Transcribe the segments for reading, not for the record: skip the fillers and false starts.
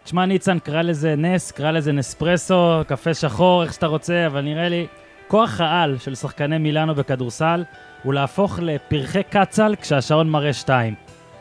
תשמע ניצן, קרא לזה נס, קרא לזה נספרסו, קפה שחור, איך שאתה רוצה, אבל נראה לי, כוח העל של שחקני מילאנו בכדורסל הוא להפוך לפרחי קצל כשהשעון מראה 2.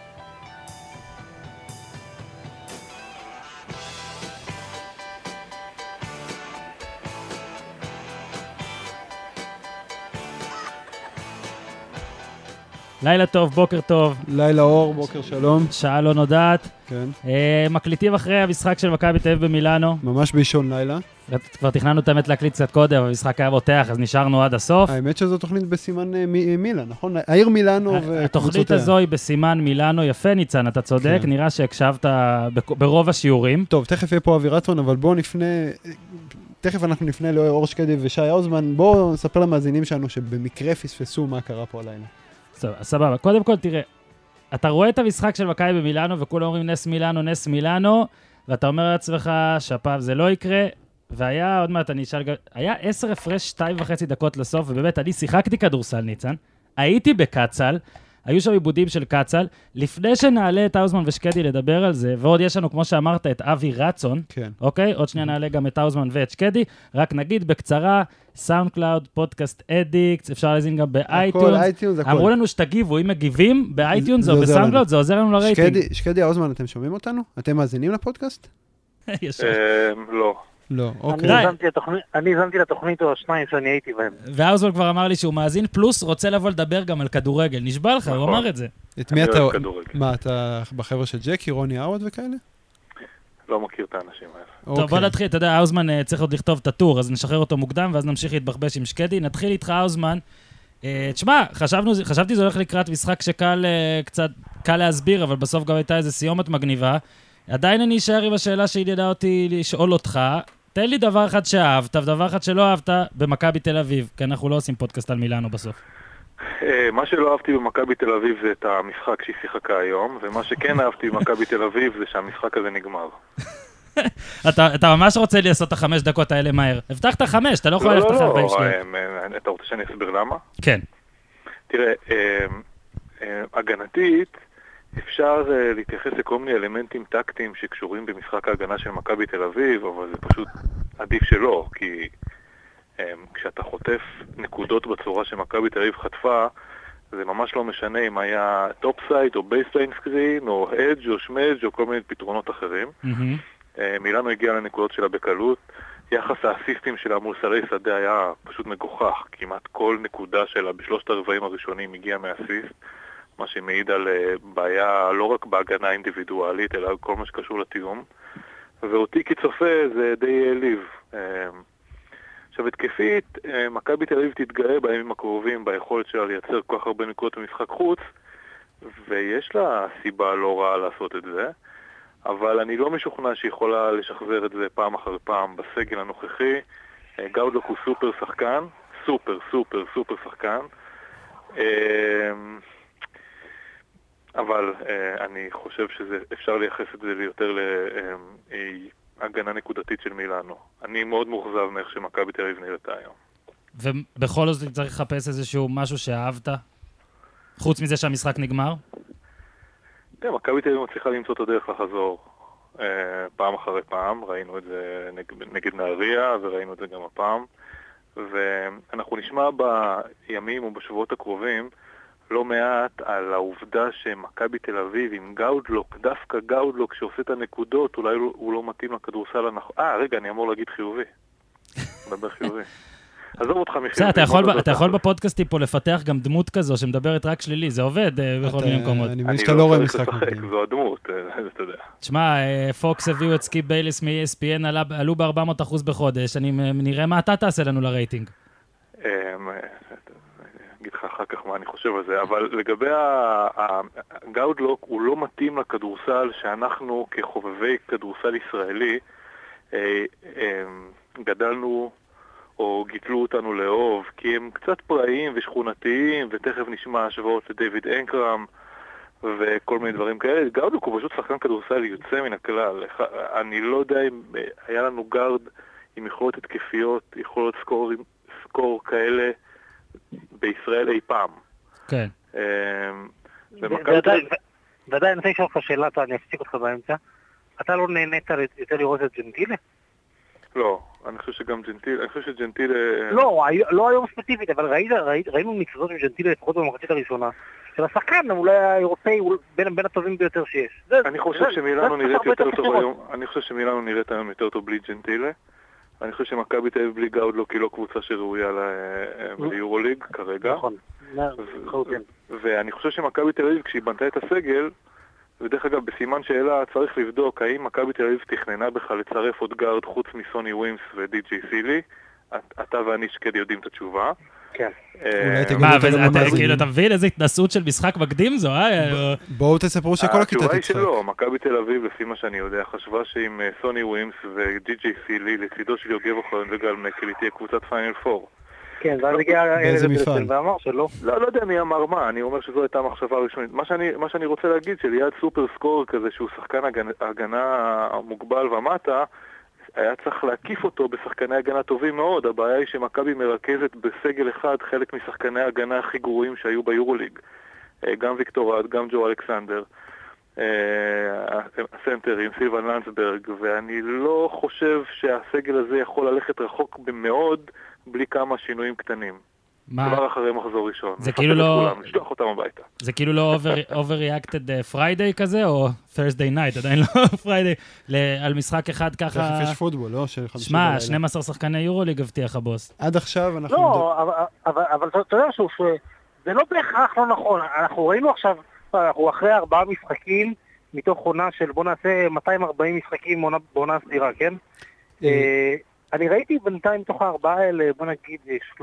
לילה טוב, בוקר טוב. לילה אור, בוקר שלום. שעה לא נודעת. כן. מקליטים אחרי המשחק של מכבי תל אביב במילאנו. ממש באישון לילה. כבר תכננו את האמת להקליט קצת קודם, אבל המשחק היה בוטח, אז נשארנו עד הסוף. האמת שזו תוכנית בסימן מילאן, נכון? העיר מילאנו וקבוצותיה. התוכנית הזו היא בסימן מילאנו, יפה ניצן, אתה צודק, כן. נראה שהקשבת ברוב השיעורים. טוב, תכף יהיה פה אווירצון, אבל בואו נפנה, תכף אנחנו נפנה לאור שקדי ושי האוזמן, בואו נספר למאזינים שלנו שבמקרה פספסו מה קרה פה הלילה. סבבה, קודם כל תראה, אתה רואה את המשחק של מכבי במילאנו, וכולם אומרים נס מילאנו, נס מילאנו, ואתה אומר לעצמך שהפעם זה לא יקרה, והיה, עוד מעט אני אשאל, היה 10 הפרש 2.5 דקות לסוף, ובאמת אני שיחקתי כדורסל ניצן, הייתי בקצל, היו שם עיבודים של קצל, לפני שנעלה את האוזמן ושקדי לדבר על זה, ועוד יש לנו, כמו שאמרת, את אבי רצון, כן. אוקיי? עוד שנייה נעלה גם את האוזמן ואת שקדי, רק נגיד בקצרה, סאונד קלאוד, פודקאסט אדיקט, אפשר להזין גם באייטיונס. אמרו לנו שתגיבו, אם מגיבים באייטיונס או בסאונד קלאוד, זה עוזר לנו לרייטינג. שקדי, האוזמן, אתם שומעים אותנו? אתם מאזינים לפודקאסט? לא. לא, אוקיי. אני הזנתי לתוכנית או השניים שאני הייתי בהם. והאוזמן כבר אמר לי שהוא מאזין, פלוס רוצה לבוא לדבר גם על כדורגל. נשבע לך, הוא אמר את זה. את מי אתה... מה, אתה בחבר'ה של ג'קי, רוני אאווד וכאלה? לא מכיר את האנשים האלה. טוב, בוא נתחיל, אתה יודע, האוזמן צריך עוד לכתוב את הטור, אז נשחרר אותו מוקדם, ואז נמשיך להתבחבש עם שקדי. נתחיל איתך, האוזמן. תשמע, חשבתי זה הולך לקראת משחק שקל קצת קל להסביר, אבל בסוף גם הייתה איזו סיומת מגניבה. עדיין אני אשאר עם השאלה שהדהדה אותי לשאול אותך. תן לי דבר אחד שאהבת, ודבר אחד שלא אהבת במכבי תל אביב, כי אנחנו לא עושים פודקאסט על מילאנו בסוף. מה שלא אהבתי במכבי תל אביב זה את המשחק שהיא שיחקה היום, ומה שכן אהבתי במכבי תל אביב זה שהמשחק הזה נגמר. אתה ממש רוצה לעשות את 5 דקות האלה מהר. הבטחת 5, אתה לא יכול ללכת אחרי 40 שניות. אתה רוצה שאני אסביר למה? כן. תראה, הגנתית, אפשר להתייחס לכל מיני אלמנטים טקטיים שקשורים במשחק ההגנה של מכבי תל אביב, אבל זה פשוט עדיף שלא, כי כשאתה חוטף נקודות בצורה שמכבי תל אביב חטפה, זה ממש לא משנה אם היה טופ סייט או בייסליין סקרין או אדג' או שמדג' או כל מיני פתרונות אחרים. מילאנו הגיע לנקודות שלה בקלות, יחס האסיסטים שלה מול שרי שדה היה פשוט מגוחך, כמעט כל נקודה שלה בשלושת הרבעים הראשונים הגיעה מאסיסט, מה שמעיד על בעיה לא רק בהגנה אינדיבידואלית, אלא כל מה שקשור לתיאום. ואותי כצופה זה די העליב. עכשיו, התקפית, מכבי תל אביב תתגאה בימים הקרובים ביכולת שלה לייצר כל כך הרבה נקודות במשחק חוץ, ויש לה סיבה לא רעה לעשות את זה, אבל אני לא משוכנע שהיא יכולה לשחזר את זה פעם אחר פעם בסגל הנוכחי. גאודלוק הוא סופר שחקן, סופר שחקן, אבל אני חושב שאפשר לייחס את זה יותר להגנה נקודתית של מילאנו. אני מאוד מאוכזב מאיך שמכבי תל אביב נראתה היום. ובכל זאת צריך לחפש איזשהו משהו שאהבת? חוץ מזה שהמשחק נגמר? כן, מכבי תל אביב מצליחה למצוא את הדרך לחזור פעם אחרי פעם. ראינו את זה נגד נהריה וראינו את זה גם הפעם. ואנחנו נשמע בימים ובשבועות הקרובים לא מעט על העובדה שמכבי תל אביב עם גאודלוק, דווקא גאודלוק שעושה את הנקודות, אולי הוא לא מתאים לכדורסל הנכון. רגע, אני אמור להגיד חיובי. מדבר חיובי. עזוב אותך מחיובי. אתה יכול בפודקאסטים פה לפתח גם דמות כזו שמדברת רק שלילי, זה עובד בכל מיני מקומות. אני מבין שאתה לא רואה משחק. זו הדמות, אתה יודע. תשמע, פוקס הביאו את סקיפ בייליס מ-ESPN, עלו ב-400% בחודש, נראה מה אתה תעשה לנו לרייטינג. אגיד לך אחר כך מה אני חושב על זה, אבל לגבי הגאודלוק הוא לא מתאים לכדורסל שאנחנו כחובבי כדורסל ישראלי גדלנו או גיטלו אותנו לאהוב, כי הם קצת פראיים ושכונתיים, ותכף נשמע השוואות לדיוויד אנקרם וכל מיני דברים כאלה. גאודלוק הוא פשוט שחקן כדורסל יוצא מן הכלל. אני לא יודע אם היה לנו גארד עם יכולות התקפיות, יכולות סקור כאלה בישראל אי פעם. כן. ועדיין, אני רוצה לשאול לך שאלה, אני אפסיק אותך באמצע. אתה לא נהנית יותר לראות את ג'נטילה? לא, אני חושב שגם ג'נטילה, אני חושב שג'נטילה... לא היום ספציפית, אבל ראינו ניצחונות עם ג'נטילה לפחות במחצית הראשונה. של השחקן, אולי האירופאי הוא בין הטובים ביותר שיש. אני חושב שמילאנו נראית יותר טוב היום, אני חושב שמילאנו נראית היום יותר טוב בלי ג'נטילה. אני חושב שמכבי תל אביב בלי גאודלוק היא לא קבוצה שראויה ליורוליג כרגע. נכון, ואני חושב שמכבי תל אביב כשהיא בנתה את הסגל, ודרך אגב בסימן שאלה צריך לבדוק האם מכבי תל אביב תכננה בכלל לצרף עוד גארד חוץ מסוני ווימס ודי.ג'יי סילי. אתה ואני שקד יודעים את התשובה. כן. מה, כאילו, אתה מבין איזה התנסות של משחק מקדים זו, בואו תספרו שכל הכיתה תצחק. התשובה היא שלא, מכבי תל אביב, לפי מה שאני יודע, חשבה שעם סוני ווימס ודי.ג'יי סילי, לצידו של יוגב אוחיון וגל מקלי, תהיה קבוצת פיינל 4. כן, ואז הגיע באיזה מפעל? ואמר שלא. לא יודע מי אמר מה, אני אומר שזו הייתה מחשבה ראשונית. מה שאני רוצה להגיד, שליד סופר סקור כזה, שהוא שחקן הגנה מוגבל ומטה, היה צריך להקיף אותו בשחקני הגנה טובים מאוד. הבעיה היא שמכבי מרכזת בסגל אחד חלק משחקני הגנה הכי גרועים שהיו ביורוליג. גם ויקטורד, גם ג'ו אלכסנדר, הסנטרים, סילבן לנדסברג, ואני לא חושב שהסגל הזה יכול ללכת רחוק במאוד בלי כמה שינויים קטנים. כבר אחרי מחזור ראשון. זה כאילו לא... לשלוח אותם הביתה. זה כאילו לא overreacted Friday כזה, או Thursday night, עדיין לא Friday, על משחק אחד ככה... תכף יש פוטבול, לא? שמע, 12 שחקני יורוליג הבטיח הבוס. עד עכשיו אנחנו... לא, אבל אתה יודע זה לא בהכרח לא נכון. אנחנו ראינו עכשיו, אנחנו אחרי 4 משחקים, מתוך עונה של בוא נעשה 240 משחקים בעונה סדירה, כן? אני ראיתי בינתיים מתוך 4 האלה, בוא נגיד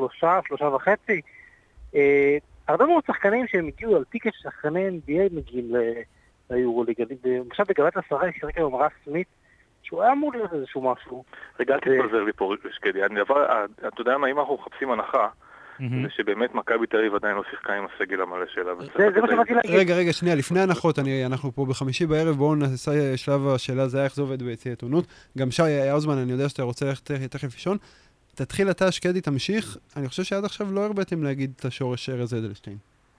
3.5, הרבה מאוד שחקנים שהם הגיעו על טיקט ששחקני NBA מגיעים ליורוליג. עכשיו בגבת השרה יש רקע עם רס סמית, שהוא היה אמור להיות איזשהו משהו. רגע, תתפזר לי פה שקדי. אתה יודע מה, אם אנחנו מחפשים הנחה, זה שבאמת מכבי תל אביב עדיין לא שיחקה עם הסגל המלא שלה. זה מה שבאתי להגיד. רגע, שנייה, לפני הנחות, אנחנו פה בחמישי בערב, בואו נעשה שלב השאלה, זה היה איך זה עובד ביציע עיתונות. גם שי האוזמן, אני יודע שאתה רוצה ללכת תכף לישון. תתחיל אתה, שקדי, תמשיך. אני חושב שעד עכשיו לא הרבאתם להגיד את השורש ארז אדלשטיין.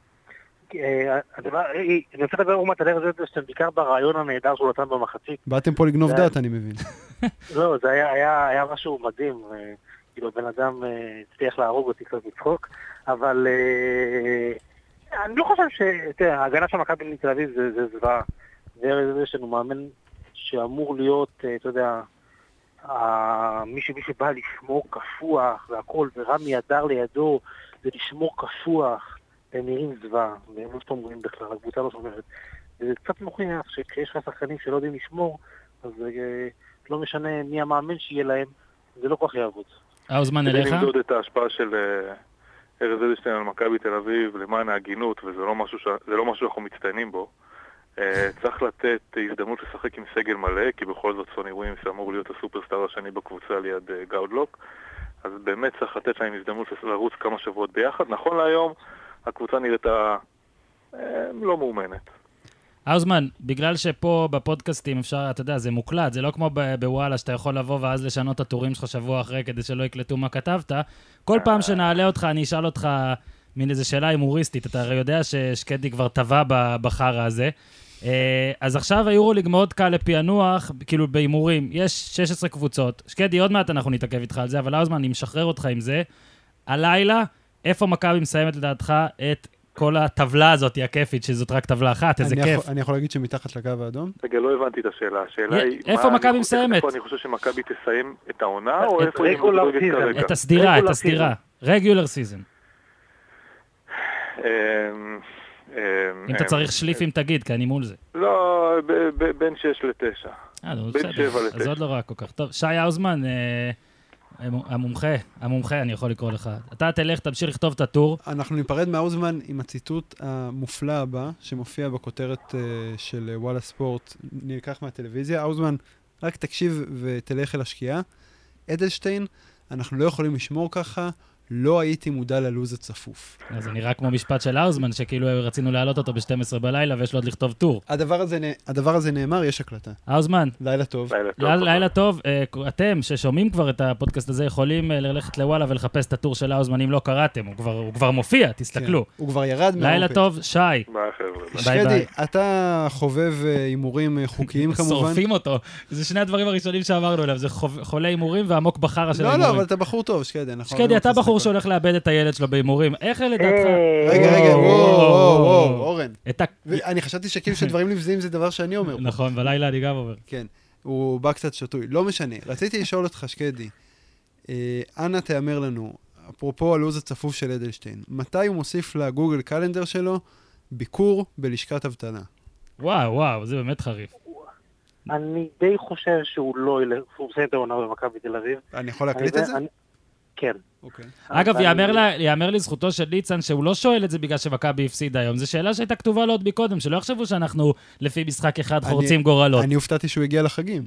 אני רוצה לדבר אומת על ארז אדלשטיין, בעיקר ברעיון הנהדר שהוא נתן במחצית. באתם פה לגנוב דעת, אני מבין. לא, זה היה משהו מדהים. כאילו, בן אדם הצליח להרוג אותי קצת מצחוק, אבל אני לא חושב ההגנה של מכבי תל אביב זה זוועה. זה יש לנו מאמן שאמור להיות, אתה יודע, מישהו שבא לשמור קפוח והכל, ורמי הדר לידו, זה לשמור קפוח, הם נראים זוועה, והם לא שומרים בכלל, הקבוצה לא שומרת. וזה קצת מוכיח שכשיש לך שחקנים שלא יודעים לשמור, אז לא משנה מי המאמן שיהיה להם, זה לא כל כך יעבוד. האוזמן אליך? כדי למדוד את ההשפעה של ארז אדלשטיין על מכבי תל אביב למען ההגינות, וזה לא משהו שאנחנו מצטיינים בו, צריך לתת הזדמנות לשחק עם סגל מלא, כי בכל זאת סוני ווימס אמור להיות הסופרסטאר השני בקבוצה ליד גאודלוק, אז באמת צריך לתת להם הזדמנות לרוץ כמה שבועות ביחד. נכון להיום, הקבוצה נראתה לא מאומנת. האוזמן, בגלל שפה בפודקאסטים אפשר, אתה יודע, זה מוקלט, זה לא כמו בוואלה שאתה יכול לבוא ואז לשנות את הטורים שלך שבוע אחרי כדי שלא יקלטו מה כתבת. כל פעם שנעלה אותך, אני אשאל אותך מין איזו שאלה הימוריסטית, אתה הרי יודע ששקדי כבר טבע בחרה הזה. אז עכשיו היורוליג מאוד קל לפענוח, כאילו בהימורים, יש 16 קבוצות. שקדי, עוד מעט אנחנו נתעכב איתך על זה, אבל האוזמן, אני משחרר אותך עם זה. הלילה, איפה מכבי מסיימת לדעתך את כל הטבלה הזאת היא הכיפית, שזאת רק טבלה אחת, איזה כיף. אני יכול להגיד שמתחת לקו האדום? רגע, לא הבנתי את השאלה. השאלה היא... איפה מכבי מסיימת? איפה אני חושב שמכבי תסיים את העונה, או איפה היא מדורגת כרגע? את הסדירה, את הסדירה. רגולר סיזן. אם אתה צריך שליפים תגיד, כי אני מול זה. לא, בין 6 ל-9. בין 7 ל-9. אז עוד לא רע כל כך. טוב, שי האוזמן, המומחה, אני יכול לקרוא לך. אתה תלך, תמשיך לכתוב את הטור. אנחנו ניפרד מהאוזמן עם הציטוט המופלא הבא, שמופיע בכותרת של וואלה ספורט, נלקח מהטלוויזיה. האוזמן, רק תקשיב ותלך אל השקיעה. אדלשטיין, אנחנו לא יכולים לשמור ככה, לא הייתי מודע ללוז הצפוף. אז זה נראה כמו משפט של האוזמן, שכאילו רצינו להעלות אותו ב-12 בלילה, ויש לו עוד לכתוב טור. הדבר הזה נאמר, יש הקלטה. האוזמן. לילה טוב. לילה טוב. אתם ששומעים כבר את הפודקאסט הזה, יכולים ללכת לוואלה ולחפש את הטור של האוזמן, אם לא קראתם. הוא כבר מופיע, תסתכלו. הוא כבר ירד מהאופן. לילה טוב, שי. ביי חבר'ה. שקדי, אתה חובב הימורים חוקיים כמובן. שורפים אותו. זה שני הדברים הראשונים שאמרנו אליו, זה חולה הימורים ועמוק בחרה של הימורים. לא, אבל אתה בחור טוב, שקדי. שקדי, אתה בחור שהולך לאבד את הילד שלו בהימורים. איך לדעתך? רגע, וואו, אורן. את אני חשבתי שכאילו שדברים נבזיים זה דבר שאני אומר. נכון, בלילה אני גם אומר. כן, הוא בא קצת שטוי. לא משנה, רציתי לשאול אותך, שקדי, אנא תאמר לנו, אפרופו הלוז הצפוף של אדלשטיין, מתי הוא מוסיף לגוגל קלנדר שלו ביקור בלשכת אבטלה? וואו, זה באמת חריף. אני די חושב שהוא לא ילך, הוא עושה את העונה במכבי תל אביב. אני יכול להקליט את זה? כן. אוקיי. אגב, יאמר לזכותו של ליצן שהוא לא שואל את זה בגלל שמכבי הפסידה היום. זו שאלה שהייתה כתובה לו עוד מקודם, שלא יחשבו שאנחנו לפי משחק אחד חורצים גורלות. אני הופתעתי שהוא הגיע לחגים.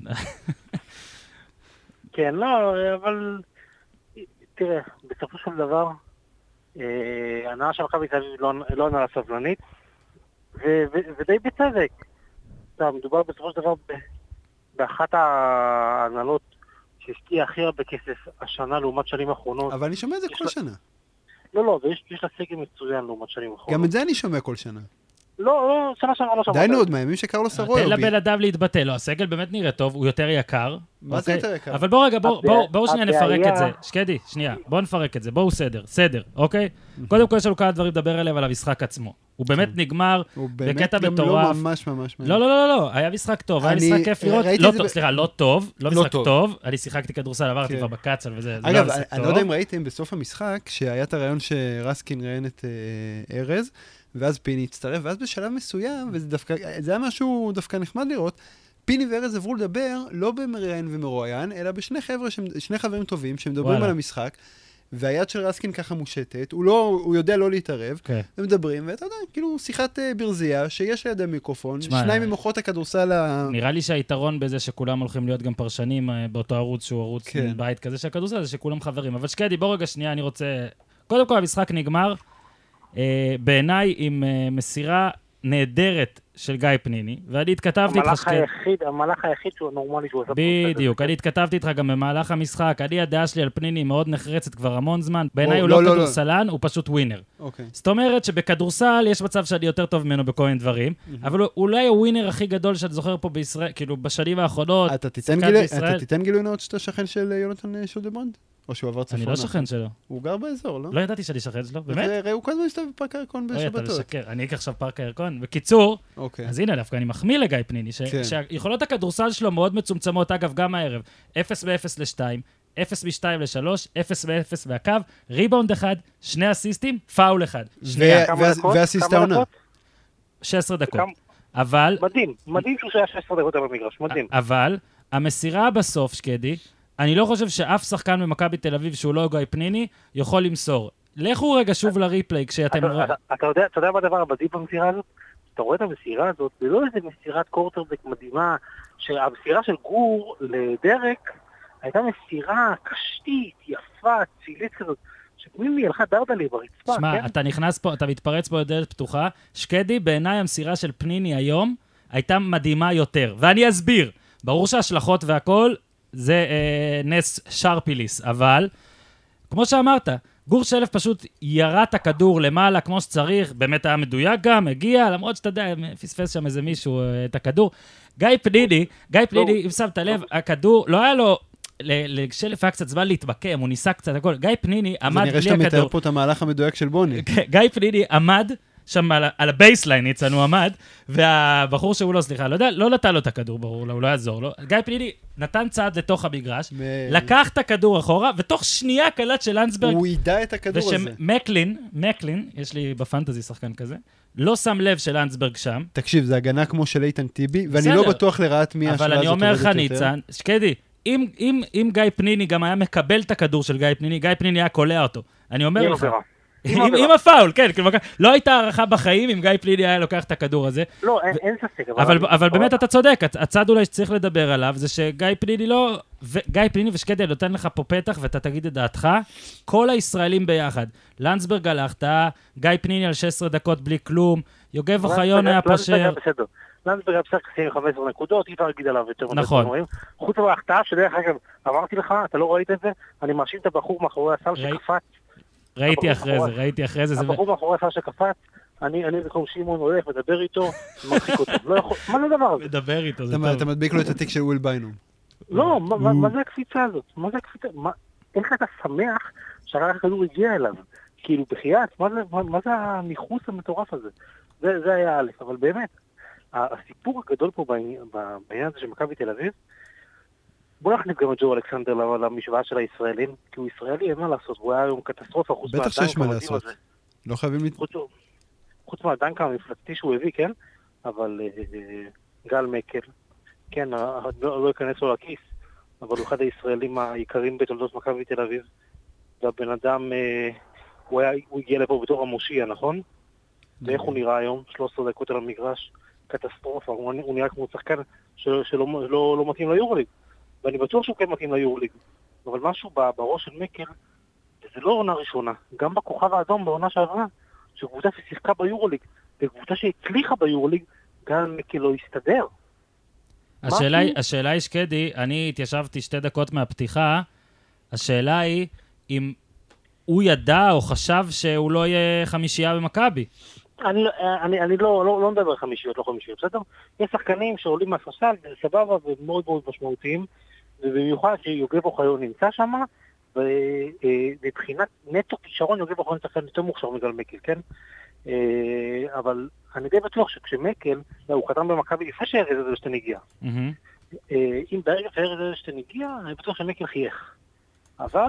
כן, לא, אבל תראה, בסופו של דבר, הנאה של מכבי תל אביב לא הנאה סבלנית, ודי בצדק. מדובר בסופו של דבר באחת ההנהלות שהשקיע הכי הרבה כסף השנה לעומת שנים האחרונות. אבל אני שומע את זה כל שנה. לא, ויש לה סגל מצוין לעומת שנים האחרונות. גם את זה אני שומע כל שנה. לא, שנה שעברה לא שמעת. די עוד מהימים שקרלוס ארויה. תן לבן אדם להתבטא. לא, הסגל באמת נראה טוב, הוא יותר יקר. מה זה יותר יקר? אבל בואו שנייה נפרק את זה. שקדי, שנייה, בואו נפרק את זה. בואו סדר, אוקיי? קודם כל יש לנו כמה דברים לדבר עליהם על המשחק עצמו. הוא באמת נגמר בקטע מטורף. הוא באמת גם לא ממש. לא, היה משחק טוב, היה משחק כיף לראות. לא טוב, לא משחק טוב. אני שיחקתי כדורסל, עברתי כבר בקצל וזה. אגב, אני לא יודע אם ראיתם בסוף המשחק, שהיה את הרעיון שרסקין ראיין את ארז, ואז פיני הצטרף, ואז בשלב מסוים, וזה היה משהו דווקא נחמד לראות, פיני וארז עברו לדבר לא במראיין ומרואיין, אלא בשני חברים טובים שמדברים על המשחק, והיד של רסקין ככה מושטת, הוא יודע לא להתערב, ומדברים, ואתה יודע, כאילו שיחת ברזייה, שיש לידי מיקרופון, שניים ממוחות הכדורסל נראה לי שהיתרון בזה שכולם הולכים להיות גם פרשנים באותו ערוץ, שהוא ערוץ בית כזה של הכדורסל, זה שכולם חברים. אבל שקדי, בוא רגע שנייה, אני רוצה... קודם כל, המשחק נגמר, בעיניי עם מסירה נהדרת של גיא פניני, ואני התכתבתי איתך... המהלך היחיד שהוא נורמלי שהוא עשה... בדיוק, אני התכתבתי איתך גם במהלך המשחק, הדעה שלי על פניני מאוד נחרצת כבר המון זמן, בעיניי הוא לא כדורסלן, הוא פשוט ווינר. זאת אומרת שבכדורסל יש מצב שאני יותר טוב ממנו בכל מיני דברים, אבל אולי הווינר הכי גדול שאני זוכר פה בישראל, כאילו בשנים האחרונות... אתה תיתן גילוי נאות שאתה שכן של יונתן שולדברנד? או שהוא עבר צפונה? אני לא שכן שלו. הוא גר באזור, לא? לא ידעתי שאני שכן שלו, באמת? הוא כל הזמן מסתובב בפארק הירקון בשבתות. אני אקח עכשיו פארק הירקון. בקיצור, אז הנה דווקא, אני מחמיא לגיא פניני, שיכולות הכדורסל שלו מאוד מצומצמות, אגב, גם הערב, 0 ב-0 ל-2, 0 ב-2 ל-3, 0 ב-0 והקו, ריבאונד אחד, 2 אסיסטים, פאול אחד. והאסיסט העונה. 16 דקות. אבל... מדהים שהוא שהיה 16 דקות במגרש, מדהים. אבל המסירה בסוף, שקדי, אני לא חושב שאף שחקן במכבי תל אביב שהוא לא גיא פניני יכול למסור. לכו רגע שוב לריפליי כשאתם... אתה יודע מה הדבר הבדהים במסירה הזאת? אתה רואה את המסירה הזאת, זה לא איזה מסירת קורטרבק מדהימה, שהמסירה של גור לדרק הייתה מסירה קשתית, יפה, צילית כזאת, שפנימי הלכה דרדלי ברצפה, שמע, כן? אתה נכנס פה, אתה מתפרץ פה לדלת פתוחה, שקדי, בעיניי המסירה של פניני היום הייתה מדהימה יותר, ואני אסביר. ברור שההשלכות והכל זה נס שרפיליס, אבל כמו שאמרת, גור שלף פשוט ירה את הכדור למעלה כמו שצריך, באמת היה מדויק גם, הגיע, למרות שאתה יודע, פספס שם איזה מישהו את הכדור. גיא פניני, אם שמת לב, הכדור, לא היה לו, לשלף היה קצת זמן להתבקם, הוא ניסה קצת הכל. גיא פניני עמד בלי הכדור. זה נראה שאתה מתאר פה את המהלך המדויק של בוני. גיא פניני עמד שם על הבייסליין, יצאנו עמד, והבחור שהוא לא, סליחה, לא נתן לו את הכדור, ברור, הוא לא יעזור לו. גיא פניני נתן צעד לתוך המגרש, לקח את הכדור אחורה, ותוך שנייה קלט של לנדסברג, הוא ידע את הכדור הזה. ושמקלין, יש לי בפנטזי שחקן כזה, לא שם לב של לנדסברג שם. תקשיב, זה הגנה כמו של איתן טיבי, ואני לא בטוח לרעת מי השאלה הזאת. אבל אני אומר לך, ניצן, שקדי, אם גיא פניני גם היה מקבל את הכדור של גיא פניני, גיא פניני היה קולע אותו. אני אומר לך. עם הפאול, כן, לא הייתה הערכה בחיים אם גיא פליני היה לוקח את הכדור הזה. לא, אין ספק. אבל באמת אתה צודק, הצד אולי שצריך לדבר עליו זה שגיא פליני לא, וגיא פניני ושקדי נותן לך פה פתח, ואתה תגיד את דעתך, כל הישראלים ביחד. לנדסברג הלכת, גיא פניני על 16 דקות בלי כלום, יוגב אוחיון היה פשר. לנדסברג היה בסך 15 נקודות, אי אפשר להגיד עליו יותר. נכון. חוץ מההחטאה, שדרך אגב, אמרתי לך, אתה לא ראית את זה, אני מאשים את הבחור מאחורי הסל שקפץ. ראיתי אחרי זה. הבחור מאחורי הסל שקפץ, אני במקום שמעון הולך, מדבר איתו, מרחיק אותו. מה זה הדבר הזה? מדבר איתו, זה טוב. אתה מדביק לו את התיק של וויל ביינום. לא, מה זה הקפיצה הזאת? מה זה הקפיצה? איך אתה שמח שהרח הכדור הגיע אליו? כאילו, בחייאת, מה זה הניחוס המטורף הזה? זה היה א', אבל באמת, הסיפור הגדול פה בעניין הזה של מכבי תל אביב, בוא נכניס גם את ג'ו אלכסנדר למשוואה של הישראלים, כי הוא ישראלי, אין מה לעשות, הוא היה היום קטסטרופה, בטח שיש מה לעשות. לא חייבים חוץ מהדנקה המפלצתי שהוא הביא, כן? אבל גל מקל, כן, לא ייכנס לו לכיס, אבל הוא אחד הישראלים העיקרים בתולדות מכבי תל אביב, והבן אדם, הוא הגיע לפה בתור המושיע, נכון? ואיך הוא נראה היום? 13 דקות על המגרש, קטסטרופה, הוא נראה כמו שחקן שלא מתאים ליורוליג, ואני בטוח שהוא כן מתאים ליורוליג, אבל משהו בראש של מקל, וזה לא עונה ראשונה, גם בכוכב האדום בעונה שעברה, שקבוצה ששיחקה ביורוליג, וקבוצה שהצליחה ביורוליג, גם מקל לא הסתדר. השאלה היא שקדי, אני התיישבתי 2 דקות מהפתיחה, השאלה היא אם הוא ידע או חשב שהוא לא יהיה חמישייה במכבי. אני לא מדבר חמישיות, לא חמישיות, בסדר? יש שחקנים שעולים מהספסל, זה סבבה ומאוד מאוד משמעותיים, ובמיוחד שיוגב אוחיון נמצא שם, ובבחינת נטו כישרון יוגב אוחיון שחקן יותר מוכשר מגל מקל, כן? אבל אני די בטוח שכשמקל, הוא חתם במכבי לפני שארז אדלשטיין הגיע. אם ברגע שארז אדלשטיין הגיע, אני בטוח שמקל חייך. אבל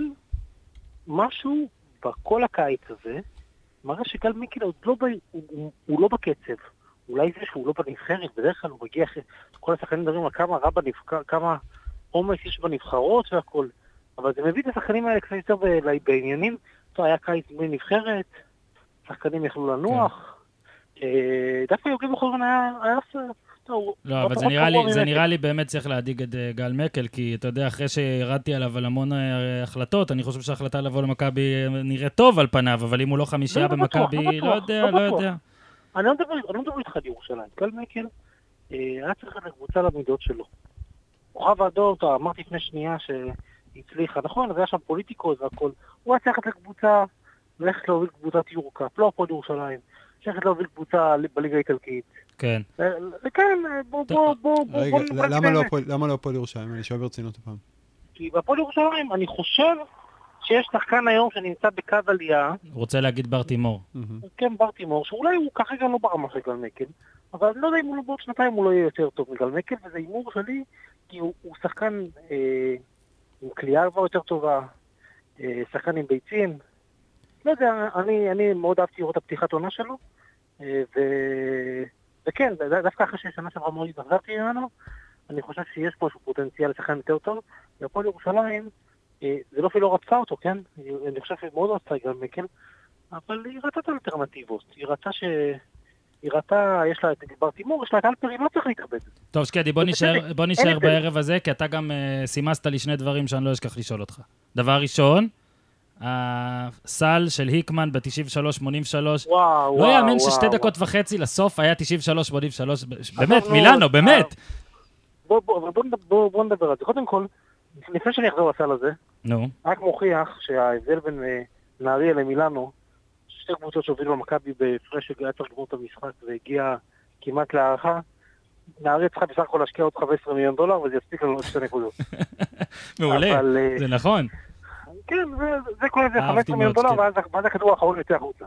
משהו בכל הקיץ הזה, מראה שגל מקל הוא לא בקצב. אולי זה שהוא לא בנבחרת, בדרך כלל הוא מגיע אחרי, כל השחקנים מדברים על כמה עומס יש בנבחרות והכל. אבל זה מביא את השחקנים האלה קצת יותר בעניינים. היה קיץ בלי נבחרת, שחקנים יכלו לנוח. דווקא יוגב אוחיון היה לא, אבל זה נראה לי באמת צריך להדיג את גל מקל, כי אתה יודע, אחרי שירדתי עליו על המון החלטות, אני חושב שההחלטה לבוא למכבי נראה טוב על פניו, אבל אם הוא לא חמישייה במכבי, לא יודע. אני לא מדבר איתך על ירושלים. גל מקל היה צריך לקבוצה למידות שלו. כוכב האדום, אמרתי לפני שנייה שהצליחה, נכון, אז היה שם פוליטיקות והכל. הוא היה צריך לקבוצה, ללכת להוביל קבוצת יורקאפ, לא הפועל ירושלים. שייכת להוביל קבוצה בליגה האיטלקית. כן. וכן, בוא... רגע, למה לא הפועל ירושלים? אני שואל ברצינות הפעם. כי בהפועל ירושלים, אני חושב שיש שחקן היום שנמצא בקו עלייה. רוצה להגיד בר תימור. כן, בר תימור, שאולי הוא ככה גם לא ברמה של גל מקל, אבל אני לא יודע אם הוא לא בעוד שנתיים הוא לא יהיה יותר טוב מגל מקל, וזה הימור שלי, כי הוא שחקן עם קליעה כבר יותר טובה, שחקן עם ביצים. לא יודע, אני מאוד אהבתי לראות את הפתיחת עונה שלו, וכן, דווקא אחרי ששנה שעברה מאוד התאכזבתי ממנו, אני חושב שיש פה איזשהו פוטנציאל לשחקן יותר טוב. והפועל ירושלים, זה לא אפילו רצה אותו, כן? אני חושב שמאוד רצה גל מקל, אבל היא ראתה את האלטרנטיבות. היא ראתה, יש לה את בר תימור, יש לה את אלפרים, לא צריך להתאבד. טוב, שקדי, בוא נשאר בערב הזה, כי אתה גם סימסת לי 2 דברים שאני לא אשכח לשאול אותך. דבר ראשון, הסל של היקמן ב-93-83, לא יאמן ש2 דקות וחצי לסוף היה 93-83, באמת, מילאנו, באמת. בוא נדבר על זה. קודם כל, לפני שאני אחזור לסל הזה, רק מוכיח שההבדל בין נהריה למילאנו, 2 קבוצות שהובילו במכבי בפרש שהיה צריך לגמור את המשחק והגיע כמעט להערכה, נהריה צריכה בסך הכל להשקיע עוד $15 מיליון, וזה יספיק לנו עוד 2 נקודות. מעולה, זה נכון. כן, זה כל זה $15 מיליון, ואז הכדור האחרון יוצא החוצה.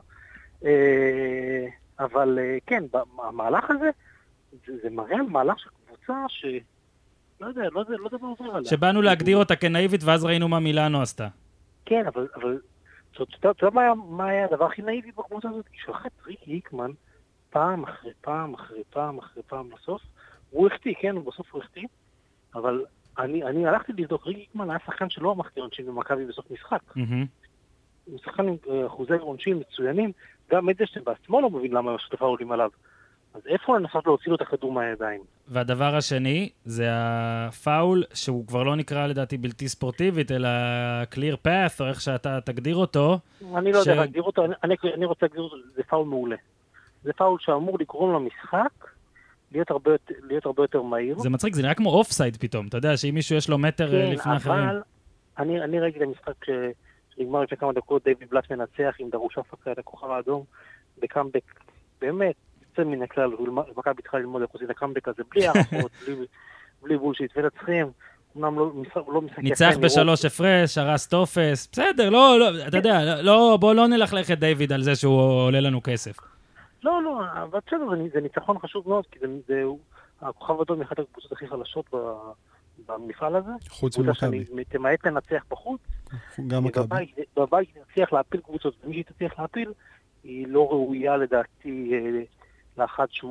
אבל כן, המהלך הזה, זה מראה על מהלך של קבוצה ש... לא יודע מה עובר עליה. שבאנו להגדיר אותה כנאיבית, ואז ראינו מה מילאנו עשתה. כן, אבל... אתה יודע מה היה הדבר הכי נאיבי בקבוצה הזאת? היא שלחה את ריק היקמן פעם אחרי פעם אחרי פעם אחרי פעם לסוף. הוא החטיא, כן, בסוף הוא החטיא, אבל... אני הלכתי לבדוק, ריק היקמן היה שחקן שלא אמרתי עונשין במכבי בסוף משחק. הוא שחקן עם אחוזי עונשין מצוינים, גם אדלשטיין בעצמו לא מבין למה השותפה עולים עליו. אז איפה לנסות להוציא לו את הכדור מהידיים? והדבר השני, זה הפאול, שהוא כבר לא נקרא לדעתי בלתי ספורטיבית, אלא clear path, או איך שאתה תגדיר אותו. אני לא יודע להגדיר אותו, אני רוצה להגדיר אותו, זה פאול מעולה. זה פאול שאמור לגרום למשחק להיות הרבה יותר מהיר. זה מצחיק, זה נראה כמו אופסייד פתאום, אתה יודע, שאם מישהו יש לו מטר לפני אחרים. כן, אבל אני ראיתי את המשחק שנגמר לפני כמה דקות, דיוויד בלאט מנצח עם דרושפקה את הכוכב האדום, בקאמבק, באמת, יוצא מן הכלל, מכבי צריכה ללמוד איך עושים את הקאמבק הזה, בלי הערכות, בלי בולשיט, ונצחים, אמנם לא משחק יפה. ניצח ב3 הפרש, הרס טופס, בסדר, לא, אתה יודע, בוא לא נלכלך את דיוויד על זה שהוא עולה לנו כסף. לא, אבל בסדר, זה ניצחון חשוב מאוד, כי זה הכוכב האדום מאחת הקבוצות הכי חלשות במפעל הזה. חוץ ממכבי. תמעט לנצח בחוץ. גם מכבי. בבית תצליח להפיל קבוצות, ומי שתצליח להפיל, היא לא ראויה לדעתי ל-1-8,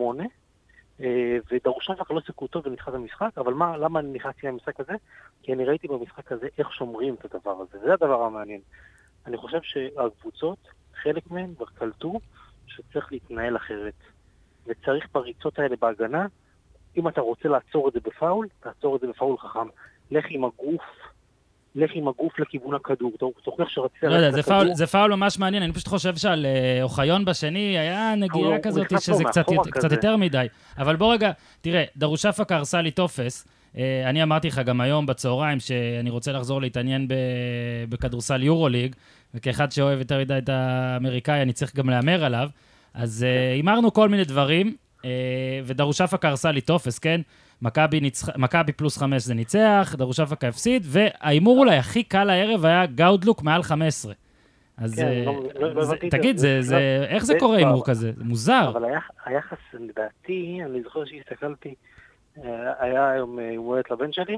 ודרושפקה לא סיכו טוב ונדחה את המשחק, אבל למה אני נכנסתי למשחק הזה? כי אני ראיתי במשחק הזה איך שומרים את הדבר הזה, וזה הדבר המעניין. אני חושב שהקבוצות, חלק מהן כבר קלטו שצריך להתנהל אחרת, וצריך בריצות האלה בהגנה, אם אתה רוצה לעצור את זה בפאול, תעצור את זה בפאול חכם. לך עם הגוף לכיוון הכדור. תוכיח שרצית... לא יודע, זה פאול ממש מעניין. אני פשוט חושב שעל אוחיון בשני היה נגיעה כזאת שזה קצת יותר מדי. אבל בוא רגע, תראה, דרושפקה הרסה לי טופס. אני אמרתי לך גם היום בצהריים שאני רוצה לחזור להתעניין בכדורסל יורוליג, וכאחד שאוהב יותר מדי את האמריקאי, אני צריך גם לאמר עליו. אז אמרנו כל מיני דברים, ודרושפקה הרסה לי טופס, כן? מכבי פלוס 5 זה ניצח, דרושפקה הפסיד, והאימור אולי הכי קל הערב היה גאודלוק מעל 15. אז תגיד, איך זה קורה אימור כזה? זה מוזר. אבל היחס, לדעתי, אני זוכר שהסתכלתי, היה היום אימורת לבן שלי,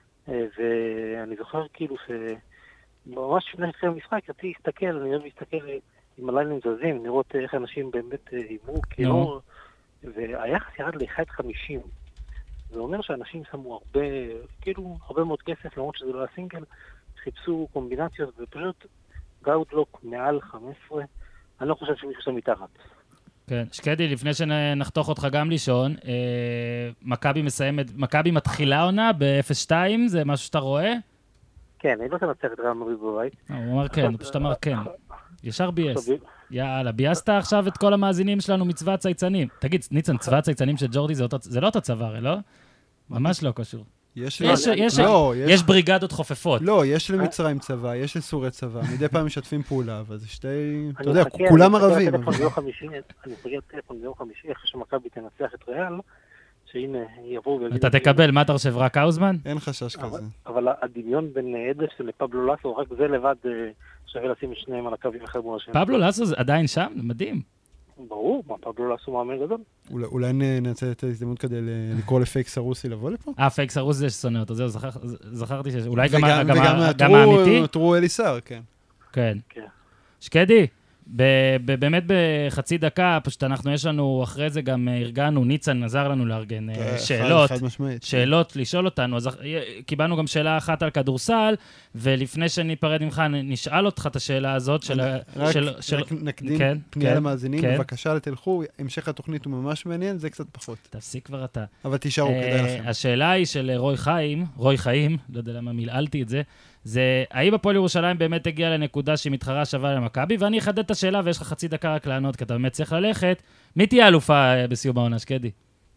ואני זוכר כאילו שממש לפני המשחק, רציתי להסתכל, אני אוהב להסתכל עם הליינים זזים, לראות איך אנשים באמת אימרו, כאילו, והיחס ירד ל-1.50. זה אומר שאנשים שמו הרבה מאוד כסף, למרות שזה לא היה סינגל, חיפשו קומבינציות, ופשוט גאודלוק מעל 15, אני לא חושב שמישהו שם מתחת. כן, שקדי, לפני שנחתוך אותך גם לישון, מכבי מתחילה עונה ב-0-2, זה משהו שאתה רואה? כן, אני לא תנצח את ריאל מדריד בבית. הוא אומר כן, הוא פשוט אמר כן. ישר בייס. יאללה, בייסת עכשיו את כל המאזינים שלנו מצבא הצייצנים. תגיד, ניצן, צבא הצייצנים של ג'ורדי זה לא אותו צבא, לא? ממש לא קשור. יש בריגדות חופפות. לא, יש למצרים צבא, יש לסורי צבא. מדי פעם משתפים פעולה, אבל זה שתי... אתה יודע, כולם ערבים. אני מחכה טלפון ביום חמישי, אחרי שמכבי תנצח את ריאל, שהנה, יבואו... אתה תקבל, מה אתה חושב, רק האוזמן? אין חשש כזה. אבל הדמיון בין אדלסון לפבלו לסו, רק זה לבד שווה לשים את שניהם על הקווים אחד מול השני. פבלו לסו עדיין שם? מדהים. ברור, מה פבלו לסו מאמן גדול. אולי ננצל את ההזדמנות כדי לקרוא לפייק סרוסי לבוא לפה? פייק סרוסי זה ששונא אותו, זהו, זכרתי שאולי גם וגם האמיתי? טרו אליסר, כן. כן. שקדי, באמת בחצי דקה, פשוט יש לנו אחרי זה גם ארגנו, ניצן עזר לנו לארגן שאלות לשאול אותנו, אז קיבלנו גם שאלה אחת על כדורסל, ולפני שניפרד ממך נשאל אותך את השאלה הזאת רק נקדים פנייה למאזינים, בבקשה תלכו, המשך התוכנית הוא ממש מעניין, זה קצת פחות. תפסיק כבר אתה. אבל תישארו, כדאי לכם. השאלה היא של רוי חיים, לא יודע למה מלעלתי את זה, זה, האם הפועל ירושלים באמת הגיע לנקודה שהיא מתחרה שווה למכבי, ואני אחדד את השאלה ויש לך חצי דקה רק לענות, כי אתה באמת צריך ללכת. מי תהיה אלופה בסיום העונה, שקדי?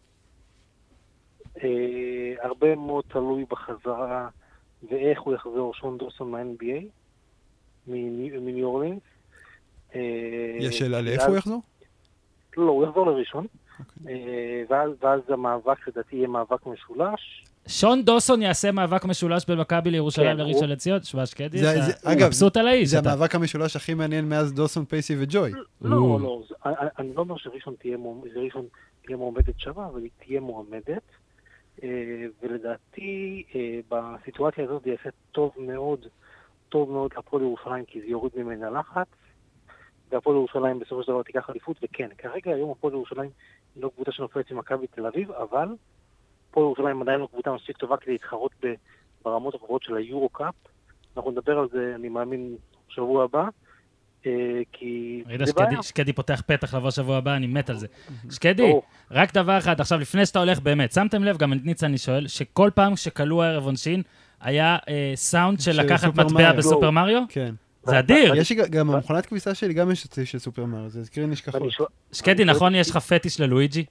הרבה מאוד תלוי בחזרה ואיך הוא יחזור שון דורסון מה-NBA, מניו אורלינס. יש שאלה לאיפה הוא יחזור? לא, הוא יחזור לראשון. ואז המאבק, לדעתי, יהיה מאבק משולש. שון דוסון יעשה מאבק משולש בין מכבי לירושלים לראשון לציון, שמע שקדי, אגב, מבסוט על האיש. זה המאבק המשולש הכי מעניין מאז דוסון, פייסי וג'וי. לא, אני לא אומר שראשון תהיה מועמדת שווה, אבל היא תהיה מועמדת, ולדעתי בסיטואציה הזאת זה יעשה טוב מאוד לפועל ירושלים, כי זה יוריד ממנה לחץ, והפועל ירושלים בסופו של דבר תיקח אליפות, וכן, כרגע היום הפועל ירושלים היא לא קבוצה שנופלת עם מכבי תל אביב, אבל הפועל ירושלים עדיין לא קבוצה מספיק טובה כדי להתחרות ברמות הקרובות של היורו-קאפ. אנחנו נדבר על זה, אני מאמין, שבוע הבא. כי ראית זה בעיה. שקדי פותח פתח לבוא שבוע הבא, אני מת על זה. שקדי, רק דבר אחד, עכשיו לפני שאתה הולך באמת, שמתם לב, גם את ניצה אני שואל, שכל פעם שקלו הערב עונשין, היה סאונד של לקחת מטבע בסופר מריו? כן. זה אדיר. יש גם במכונת כביסה שלי, גם יש של סופר מריו, זה הזכיר נשכחות. שקדי, נכון, יש לך פטיש ללואיג'י?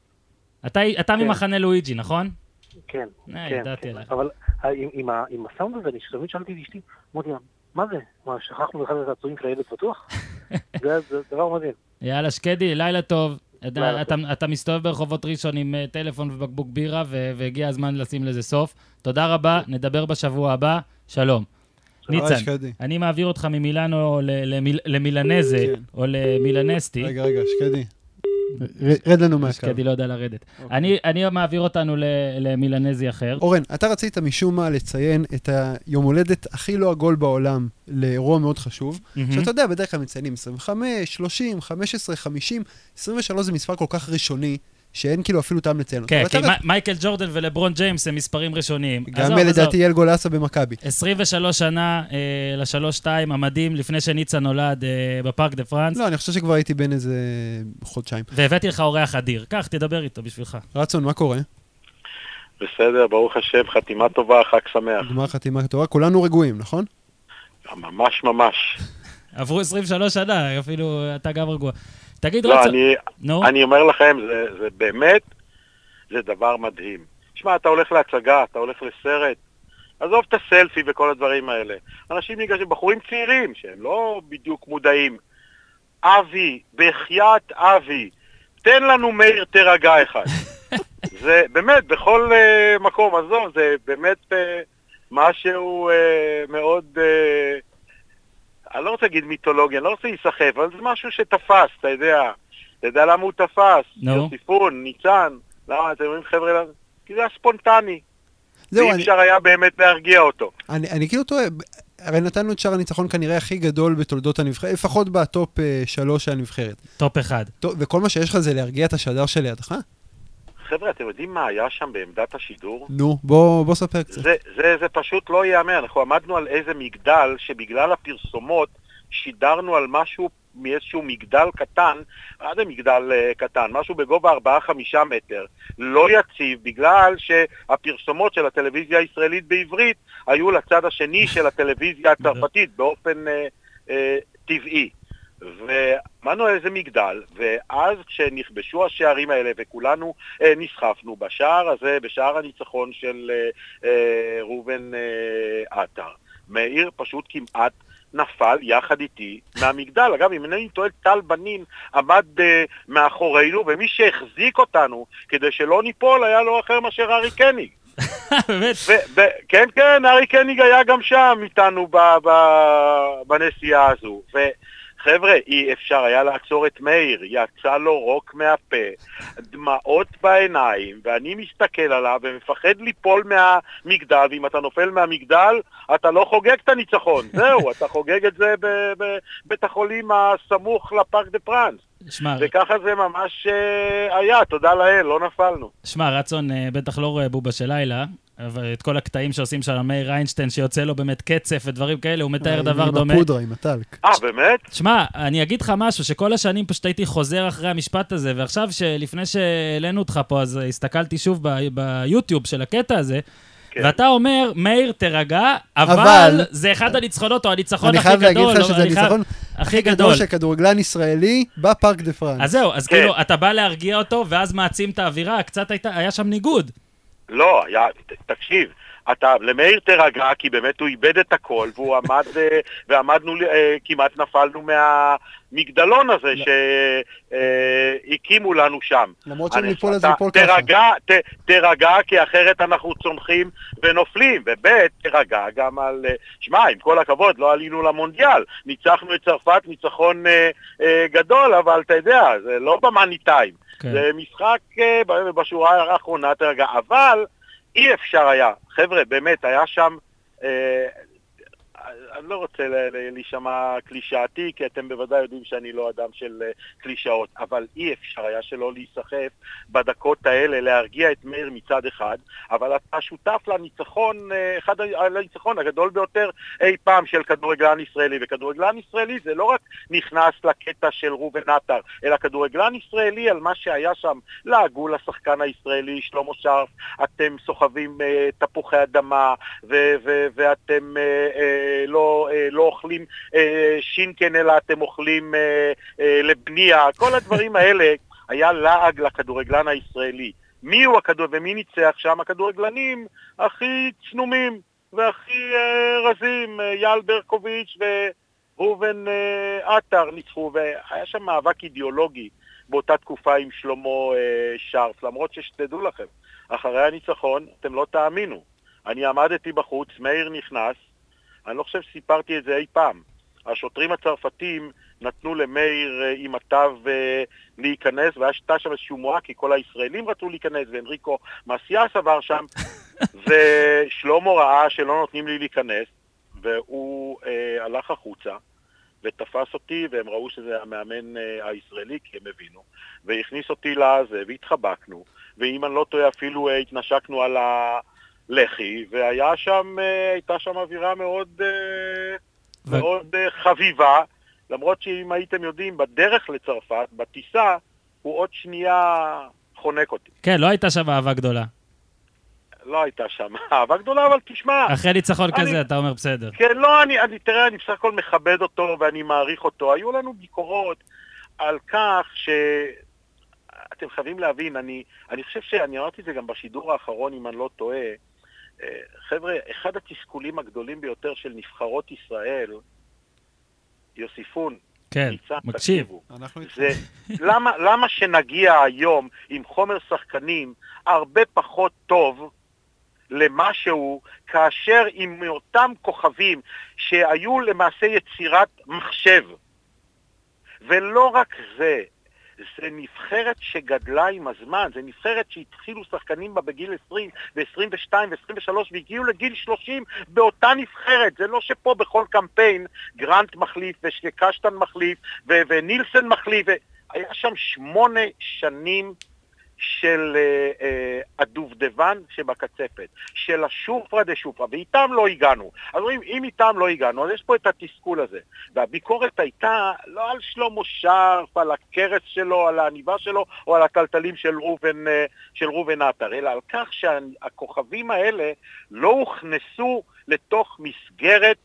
אתה ממחנה לואיג'י, נכון? כן, ידעתי עליי. אבל עם הסאונד הזה, אני תמיד שאלתי את אשתי, אמרתי לה, מה זה? מה, שכחנו אחד את הצועים של הילד פתוח? זה דבר מדהים. יאללה, שקדי, לילה טוב. אתה מסתובב ברחובות ראשון עם טלפון ובקבוק בירה, והגיע הזמן לשים לזה סוף. תודה רבה, נדבר בשבוע הבא. שלום. ניצן, אני מעביר אותך ממילאנו למילנזה, או למילנסטי. רגע, שקדי. רד לנו מהקו. שקדי לא יודע לרדת. אני מעביר אותנו למילנזי אחר. אורן, אתה רצית משום מה לציין את היום הולדת הכי לא עגול בעולם לאירוע מאוד חשוב, שאתה יודע, בדרך כלל מציינים 25, 30, 15, 50, 23 זה מספר כל כך ראשוני, שאין כאילו אפילו טעם לציין אותו. כן, כי מייקל ג'ורדן ולברון ג'יימס הם מספרים ראשוניים. גם לדעתי אל גולסה במכבי. 23 שנה ל-3-2, המדהים לפני שניצה נולד בפארק דה פרנס. לא, אני חושב שכבר הייתי בין איזה חודשיים. והבאתי לך אורח אדיר. קח, תדבר איתו בשבילך. רצון, מה קורה? בסדר, ברוך השם, חתימה טובה, חג שמח. גמר חתימה טובה, כולנו רגועים, נכון? ממש ממש. עברו 23 שנה, אפילו אתה גם רגוע. תגיד, לא, רצון. אני אומר לכם, זה באמת, זה דבר מדהים. תשמע, אתה הולך להצגה, אתה הולך לסרט, עזוב את הסלפי וכל הדברים האלה. אנשים ניגשים, בחורים צעירים, שהם לא בדיוק מודעים. אבי, בחייאת אבי, תן לנו מאיר תרגע אחד. זה באמת, בכל מקום, עזוב, זה באמת משהו מאוד... אני לא רוצה להגיד מיתולוגיה, אני לא רוצה להיסחף, אבל זה משהו שתפס, אתה יודע למה הוא תפס, יוסיפון, ניצן, למה, אתם אומרים חבר'ה, כי זה היה ספונטני, ואי אפשר היה באמת להרגיע אותו. אני כאילו טועה, הרי נתנו את שער הניצחון כנראה הכי גדול בתולדות הנבחרת, לפחות בטופ 3 של הנבחרת. טופ 1. וכל מה שיש לך זה להרגיע את השדר שלידך? חבר'ה, אתם יודעים מה היה שם בעמדת השידור? נו, בוא ספר קצת. זה פשוט לא ייאמר, אנחנו עמדנו על איזה מגדל שבגלל הפרסומות שידרנו על משהו מאיזשהו מגדל קטן, עד המגדל קטן, משהו בגובה 4-5 מטר, לא יציב, בגלל שהפרסומות של הטלוויזיה הישראלית בעברית היו לצד השני של הטלוויזיה הצרפתית באופן טבעי. ועמדנו על איזה מגדל, ואז כשנכבשו השערים האלה וכולנו נסחפנו בשער הזה, בשער הניצחון של רובן עטר, מאיר פשוט כמעט נפל יחד איתי מהמגדל. אגב, אם אינני טועה, טל בנין עמד מאחורינו, ומי שהחזיק אותנו כדי שלא ניפול היה לא אחר מאשר ארי קניג. באמת? כן, ארי קניג היה גם שם איתנו בנסיעה הזו. חבר'ה, אי אפשר היה לעצור את מאיר, יצא לו רוק מהפה, דמעות בעיניים, ואני מסתכל עליו ומפחד ליפול מהמגדל, ואם אתה נופל מהמגדל, אתה לא חוגג את הניצחון, זהו, אתה חוגג את זה בבית החולים הסמוך לפארק דה פרנס. וככה זה ממש היה, תודה לאל, לא נפלנו. שמע, רצון בטח לא רואה בובה של לילה, אבל את כל הקטעים שעושים של מאיר איינשטיין, שיוצא לו באמת קצף ודברים כאלה, הוא מתאר דבר דומה. עם הפודרה, עם הטלק. באמת? שמע, אני אגיד לך משהו, שכל השנים פשוט הייתי חוזר אחרי המשפט הזה, ועכשיו שלפני שהעלינו אותך פה, אז הסתכלתי שוב ביוטיוב של הקטע הזה, ואתה אומר, מאיר, תרגע, אבל זה אחד הניצחונות, או הניצחון הכי גדול. אני חייב להגיד לך שזה הניצחון הכי גדול של כדורגלן ישראלי בפארק דה פרנס. אז זהו, אז כאילו, אתה בא להרגיע אותו, ואז מעצים את האווירה, קצת היה שם ניגוד. לא, תקשיב, למאיר תרגע, כי באמת הוא איבד את הכל, והוא עמד, ועמדנו, כמעט נפלנו מהמגדלון הזה שהקימו לנו שם. למרות שמפול הזה פול ככה. תרגע, כי אחרת אנחנו צומחים ונופלים, ובית תרגע גם על... שמע, עם כל הכבוד, לא עלינו למונדיאל, ניצחנו את צרפת, ניצחון גדול, אבל אתה יודע, זה לא במאני טיים. זה משחק בשורה האחרונה תרגע, אבל אי אפשר היה, חבר'ה, באמת, היה שם, אני לא רוצה להישמע קלישאתי, כי אתם בוודאי יודעים שאני לא אדם של קלישאות, אבל אי אפשר היה שלא להיסחף בדקות האלה, להרגיע את מאיר מצד אחד, אבל אתה שותף לניצחון, לניצחון הגדול ביותר אי פעם של כדורגלן ישראלי, וכדורגלן ישראלי זה לא רק נכנס לקטע של ראובן עטר, אלא כדורגלן ישראלי על מה שהיה שם, לעגו לשחקן הישראלי, שלמה שרף, אתם סוחבים תפוחי אדמה, ואתם לא אוכלים שינקן, אלא אתם אוכלים לבנייה, כל הדברים האלה היה לעג לכדורגלן הישראלי. מי הוא ומי ניצח שם? הכדורגלנים הכי צנומים והכי רזים, יאל ברקוביץ' וראובן עטר ניצחו, והיה שם מאבק אידיאולוגי באותה תקופה עם שלמה שרף, למרות שתדעו לכם, אחרי הניצחון אתם לא תאמינו, אני עמדתי בחוץ, מאיר נכנס, אני לא חושב שסיפרתי את זה אי פעם, השוטרים הצרפתים נתנו למאיר עם התו להיכנס, והייתה שם איזשהו מועה, כי כל הישראלים רצו להיכנס, ואנריקו מסיאס עבר שם, ושלמה ראה שלא נותנים לי להיכנס, והוא הלך החוצה, ותפס אותי, והם ראו שזה המאמן הישראלי, כי הם הבינו, והכניס אותי לזה, והתחבקנו, ואם אני לא טועה אפילו התנשקנו על הלחי, והייתה שם אווירה מאוד מאוד חביבה, למרות שאם הייתם יודעים, בדרך לצרפת, בטיסה, הוא עוד שנייה חונק אותי. כן, לא הייתה שם אהבה גדולה. לא הייתה שם אהבה גדולה, אבל תשמע. אחרי ניצחון כזה, אתה אומר בסדר. כן, לא, תראה, אני בסך הכל מכבד אותו ואני מעריך אותו. היו לנו ביקורות על כך אתם חייבים להבין, אני חושב שאני אמרתי את זה גם בשידור האחרון, אם אני לא טועה. חבר'ה, אחד התסכולים הגדולים ביותר של נבחרות ישראל, יוסיפון, כן, מקשיב. למה שנגיע היום עם חומר שחקנים הרבה פחות טוב למשהו, כאשר עם אותם כוכבים שהיו למעשה יצירת מחשב, ולא רק זה, זה נבחרת שגדלה עם הזמן, זה נבחרת שהתחילו שחקנים בה בגיל 20 ו-22 ו-23 והגיעו לגיל 30 באותה נבחרת, זה לא שפה בכל קמפיין גרנט מחליף ושקשטן מחליף ונילסן מחליף, היה שם 8 שנים של הדובדבן שבקצפת, של השופרה דשופרה, ואיתם לא הגענו. אז רואים, אם איתם לא הגענו, אז יש פה את התסכול הזה. והביקורת הייתה לא על שלמה שרף, על הקרס שלו, על העניבה שלו, או על הטלטלים של ראובן עטר, אלא על כך שהכוכבים האלה לא הוכנסו לתוך מסגרת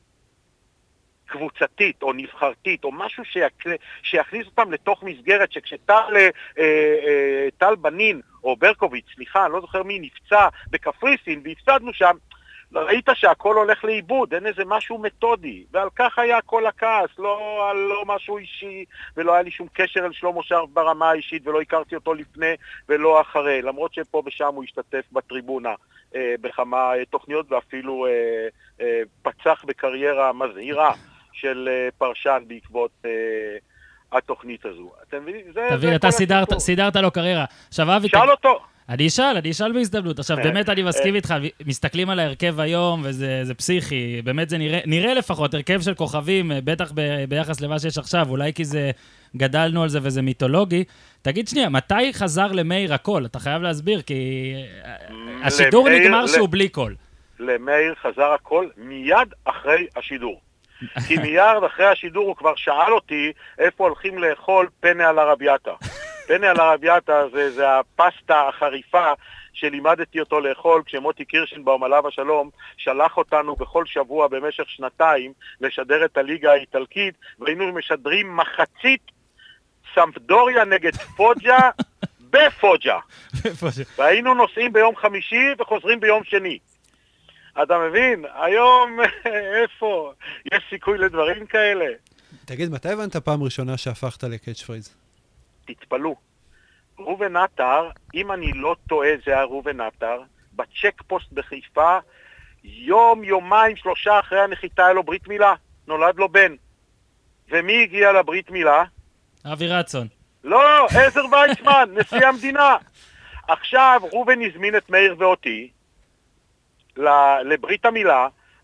קבוצתית או נבחרתית או משהו שיכניס אותם לתוך מסגרת שכשטל בנין או ברקוביץ', סליחה, אני לא זוכר מי, נפצע בקפריסין והפסדנו שם, ראית שהכל הולך לאיבוד, אין איזה משהו מתודי, ועל כך היה כל הכעס, לא משהו אישי, ולא היה לי שום קשר אל שלמה שרף ברמה האישית, ולא הכרתי אותו לפני ולא אחרי, למרות שפה ושם הוא השתתף בטריבונה בכמה תוכניות, ואפילו פצח בקריירה מזהירה של פרשן בעקבות התוכנית הזו. אתם מבינים? תבין, אתה סידרת לו קריירה. שאל אותו. אני אשאל בהזדמנות. עכשיו, באמת אני מסכים איתך, מסתכלים על ההרכב היום, וזה פסיכי. באמת זה נראה לפחות, הרכב של כוכבים, בטח ביחס למה שיש עכשיו, אולי כי זה גדלנו על זה וזה מיתולוגי. תגיד שנייה, מתי חזר למאיר הכל? אתה חייב להסביר, כי השידור נגמר שהוא בלי קול. למאיר חזר הכל מיד אחרי השידור. כי מיד אחרי השידור הוא כבר שאל אותי איפה הולכים לאכול פנה על הרביאטה. פנה על הרביאטה זה הפסטה החריפה שלימדתי אותו לאכול כשמוטי קירשנבאום עליו השלום שלח אותנו בכל שבוע במשך 2 לשדר את הליגה האיטלקית, והיינו משדרים מחצית סמפדוריה נגד פוג'ה בפוג'ה. והיינו נוסעים ביום חמישי וחוזרים ביום שני. אתה מבין? היום איפה? יש סיכוי לדברים כאלה? תגיד, מתי הבנת פעם ראשונה שהפכת לקאץ' פריז? תתפלו. ראובן עטר, אם אני לא טועה, זה היה ראובן עטר, בצ'ק פוסט בחיפה, יומיים, 3 אחרי הנחיתה היה לו ברית מילה, נולד לו בן. ומי הגיע לברית מילה? אבי רצון. לא, עזר ויצמן, נשיא המדינה. עכשיו ראובן הזמין את מאיר ואותי לברית המילה,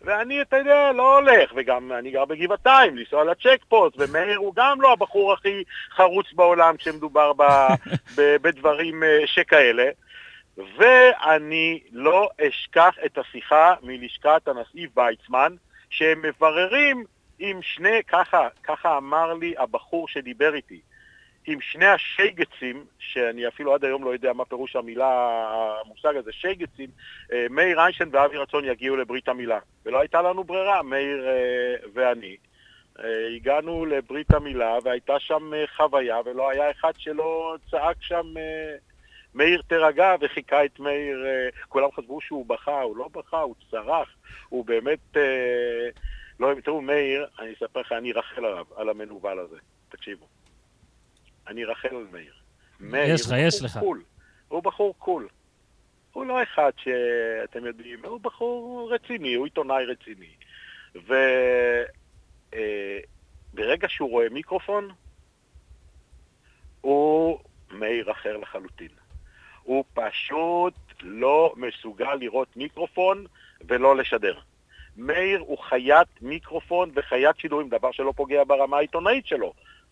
ואני, אתה יודע, לא הולך, וגם אני גר בגבעתיים, לנסוע לצ'ק פוסט, ומאיר הוא גם לא הבחור הכי חרוץ בעולם כשמדובר בדברים שכאלה. ואני לא אשכח את השיחה מלשכת הנשיא ויצמן, שהם מבררים עם שני, ככה אמר לי הבחור שדיבר איתי, עם שני השייגצים, שאני אפילו עד היום לא יודע מה פירוש המושג הזה, שייגצים, מאיר איינשטיין ואבי רצון יגיעו לברית המילה. ולא הייתה לנו ברירה, מאיר ואני. הגענו לברית המילה והייתה שם חוויה, ולא היה אחד שלא צעק שם מאיר תרגע וחיכה את מאיר, כולם חשבו שהוא בכה, הוא לא בכה, הוא צרח, הוא באמת, לא, תראו מאיר, אני אספר לך, אני רחל עליו, על המנובל הזה, תקשיבו. אני רחל על מאיר. יש לך. הוא בחור קול. הוא לא אחד שאתם יודעים, הוא בחור רציני, הוא עיתונאי רציני. וברגע שהוא רואה מיקרופון, הוא מאיר אחר לחלוטין. הוא פשוט לא מסוגל לראות מיקרופון ולא לשדר. מאיר הוא חיית מיקרופון וחיית שידורים, דבר שלא פוגע ברמה העיתונאית שלו.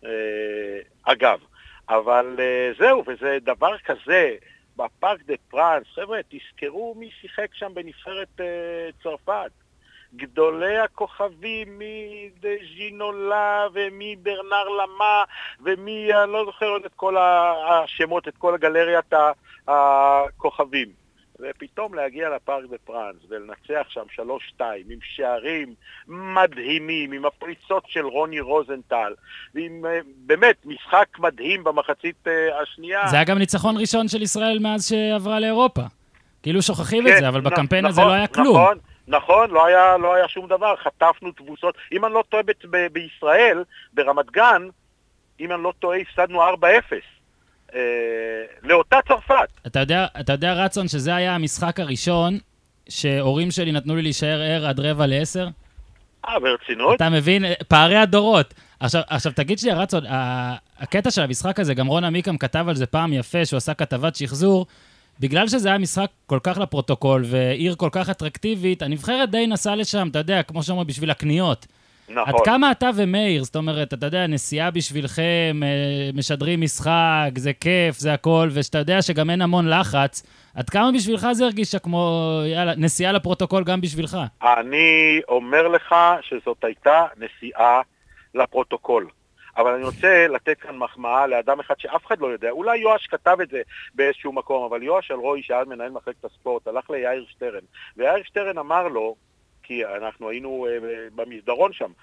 אגב, אבל זהו, וזה דבר כזה, בפארק דה פרנס, חבר'ה, תזכרו מי שיחק שם בנבחרת צרפת. גדולי הכוכבים, מדז'ינולה ומברנר למה, ומי, אני לא זוכר עוד את כל השמות, את כל הגלריית הכוכבים. ופתאום להגיע לפארק דה פרנס ולנצח שם 3-2 עם שערים מדהימים, עם הפריצות של רוני רוזנטל, ועם באמת משחק מדהים במחצית השנייה. זה היה גם ניצחון ראשון של ישראל מאז שעברה לאירופה. כאילו שוכחים את זה, אבל בקמפיין הזה לא היה כלום. נכון, לא היה שום דבר, חטפנו תבוסות. אם אני לא טועה בישראל, ברמת גן, אם אני לא טועה, הפסדנו 4-0. לאותה צרפת. אתה יודע רצון שזה היה המשחק הראשון שהורים שלי נתנו לי להישאר ער עד 9:45? ברצינות? אתה מבין? פערי הדורות. עכשיו תגיד שלי רצון, הקטע של המשחק הזה, גם רון עמיקם כתב על זה פעם יפה, שהוא עשה כתבת שחזור, בגלל שזה היה משחק כל כך לפרוטוקול ועיר כל כך אטרקטיבית, הנבחרת די נסעה לשם, אתה יודע, כמו שאומרים, בשביל הקניות. נכון. עד כמה אתה ומאיר, זאת אומרת, אתה יודע, נסיעה בשבילכם, משדרים משחק, זה כיף, זה הכל, ושאתה יודע שגם אין המון לחץ, עד כמה בשבילך זה הרגישה כמו, יאללה, נסיעה לפרוטוקול גם בשבילך? אני אומר לך שזאת הייתה נסיעה לפרוטוקול. אבל אני רוצה לתת כאן מחמאה לאדם אחד שאף אחד לא יודע, אולי יואש כתב את זה באיזשהו מקום, אבל יואש אלרועי, שאז מנהל מחלקת הספורט, הלך ליאיר שטרן, ויאיר שטרן אמר לו, כי אנחנו היינו במסדרון שם,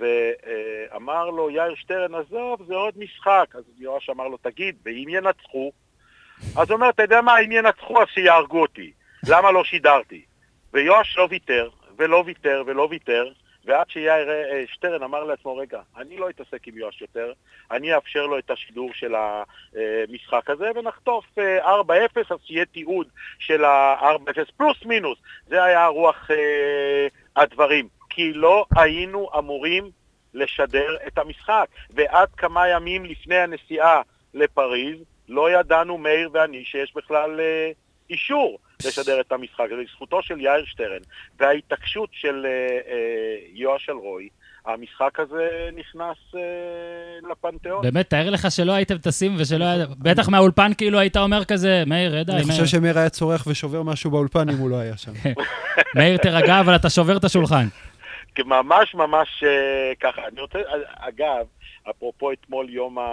ואמר לו, יאיר שטרן, עזוב, זה עוד משחק. אז יואש אמר לו, תגיד, ואם ינצחו? אז הוא אומר, אתה יודע מה, אם ינצחו, אז שיהרגו אותי. למה לא שידרתי? ויואש לא ויתר, ולא ויתר, ולא ויתר, ועד שיאיר שטרן אמר לעצמו, רגע, אני לא אתעסק עם יואש יותר, אני אאפשר לו את השידור של המשחק הזה, ונחטוף 4-0, אז שיהיה תיעוד של ה-4-0 פלוס מינוס. זה היה רוח הדברים, כי לא היינו אמורים לשדר את המשחק. ועד כמה ימים לפני הנסיעה לפריז, לא ידענו מאיר ואני שיש בכלל אישור לשדר את המשחק. זה לזכותו של יאיר שטרן וההתעקשות של יואש אלרועי, המשחק הזה נכנס לפנתיאון. באמת, תאר לך שלא הייתם טסים ושלא היה... בטח מהאולפן כאילו היית אומר כזה, מאיר, ידע, אני חושב שמאיר היה צורך ושובר משהו באולפן אם הוא לא היה שם. מאיר, תרגע, אבל אתה שובר את השולחן. ממש ממש ככה. אני רוצה, אגב, אפרופו אתמול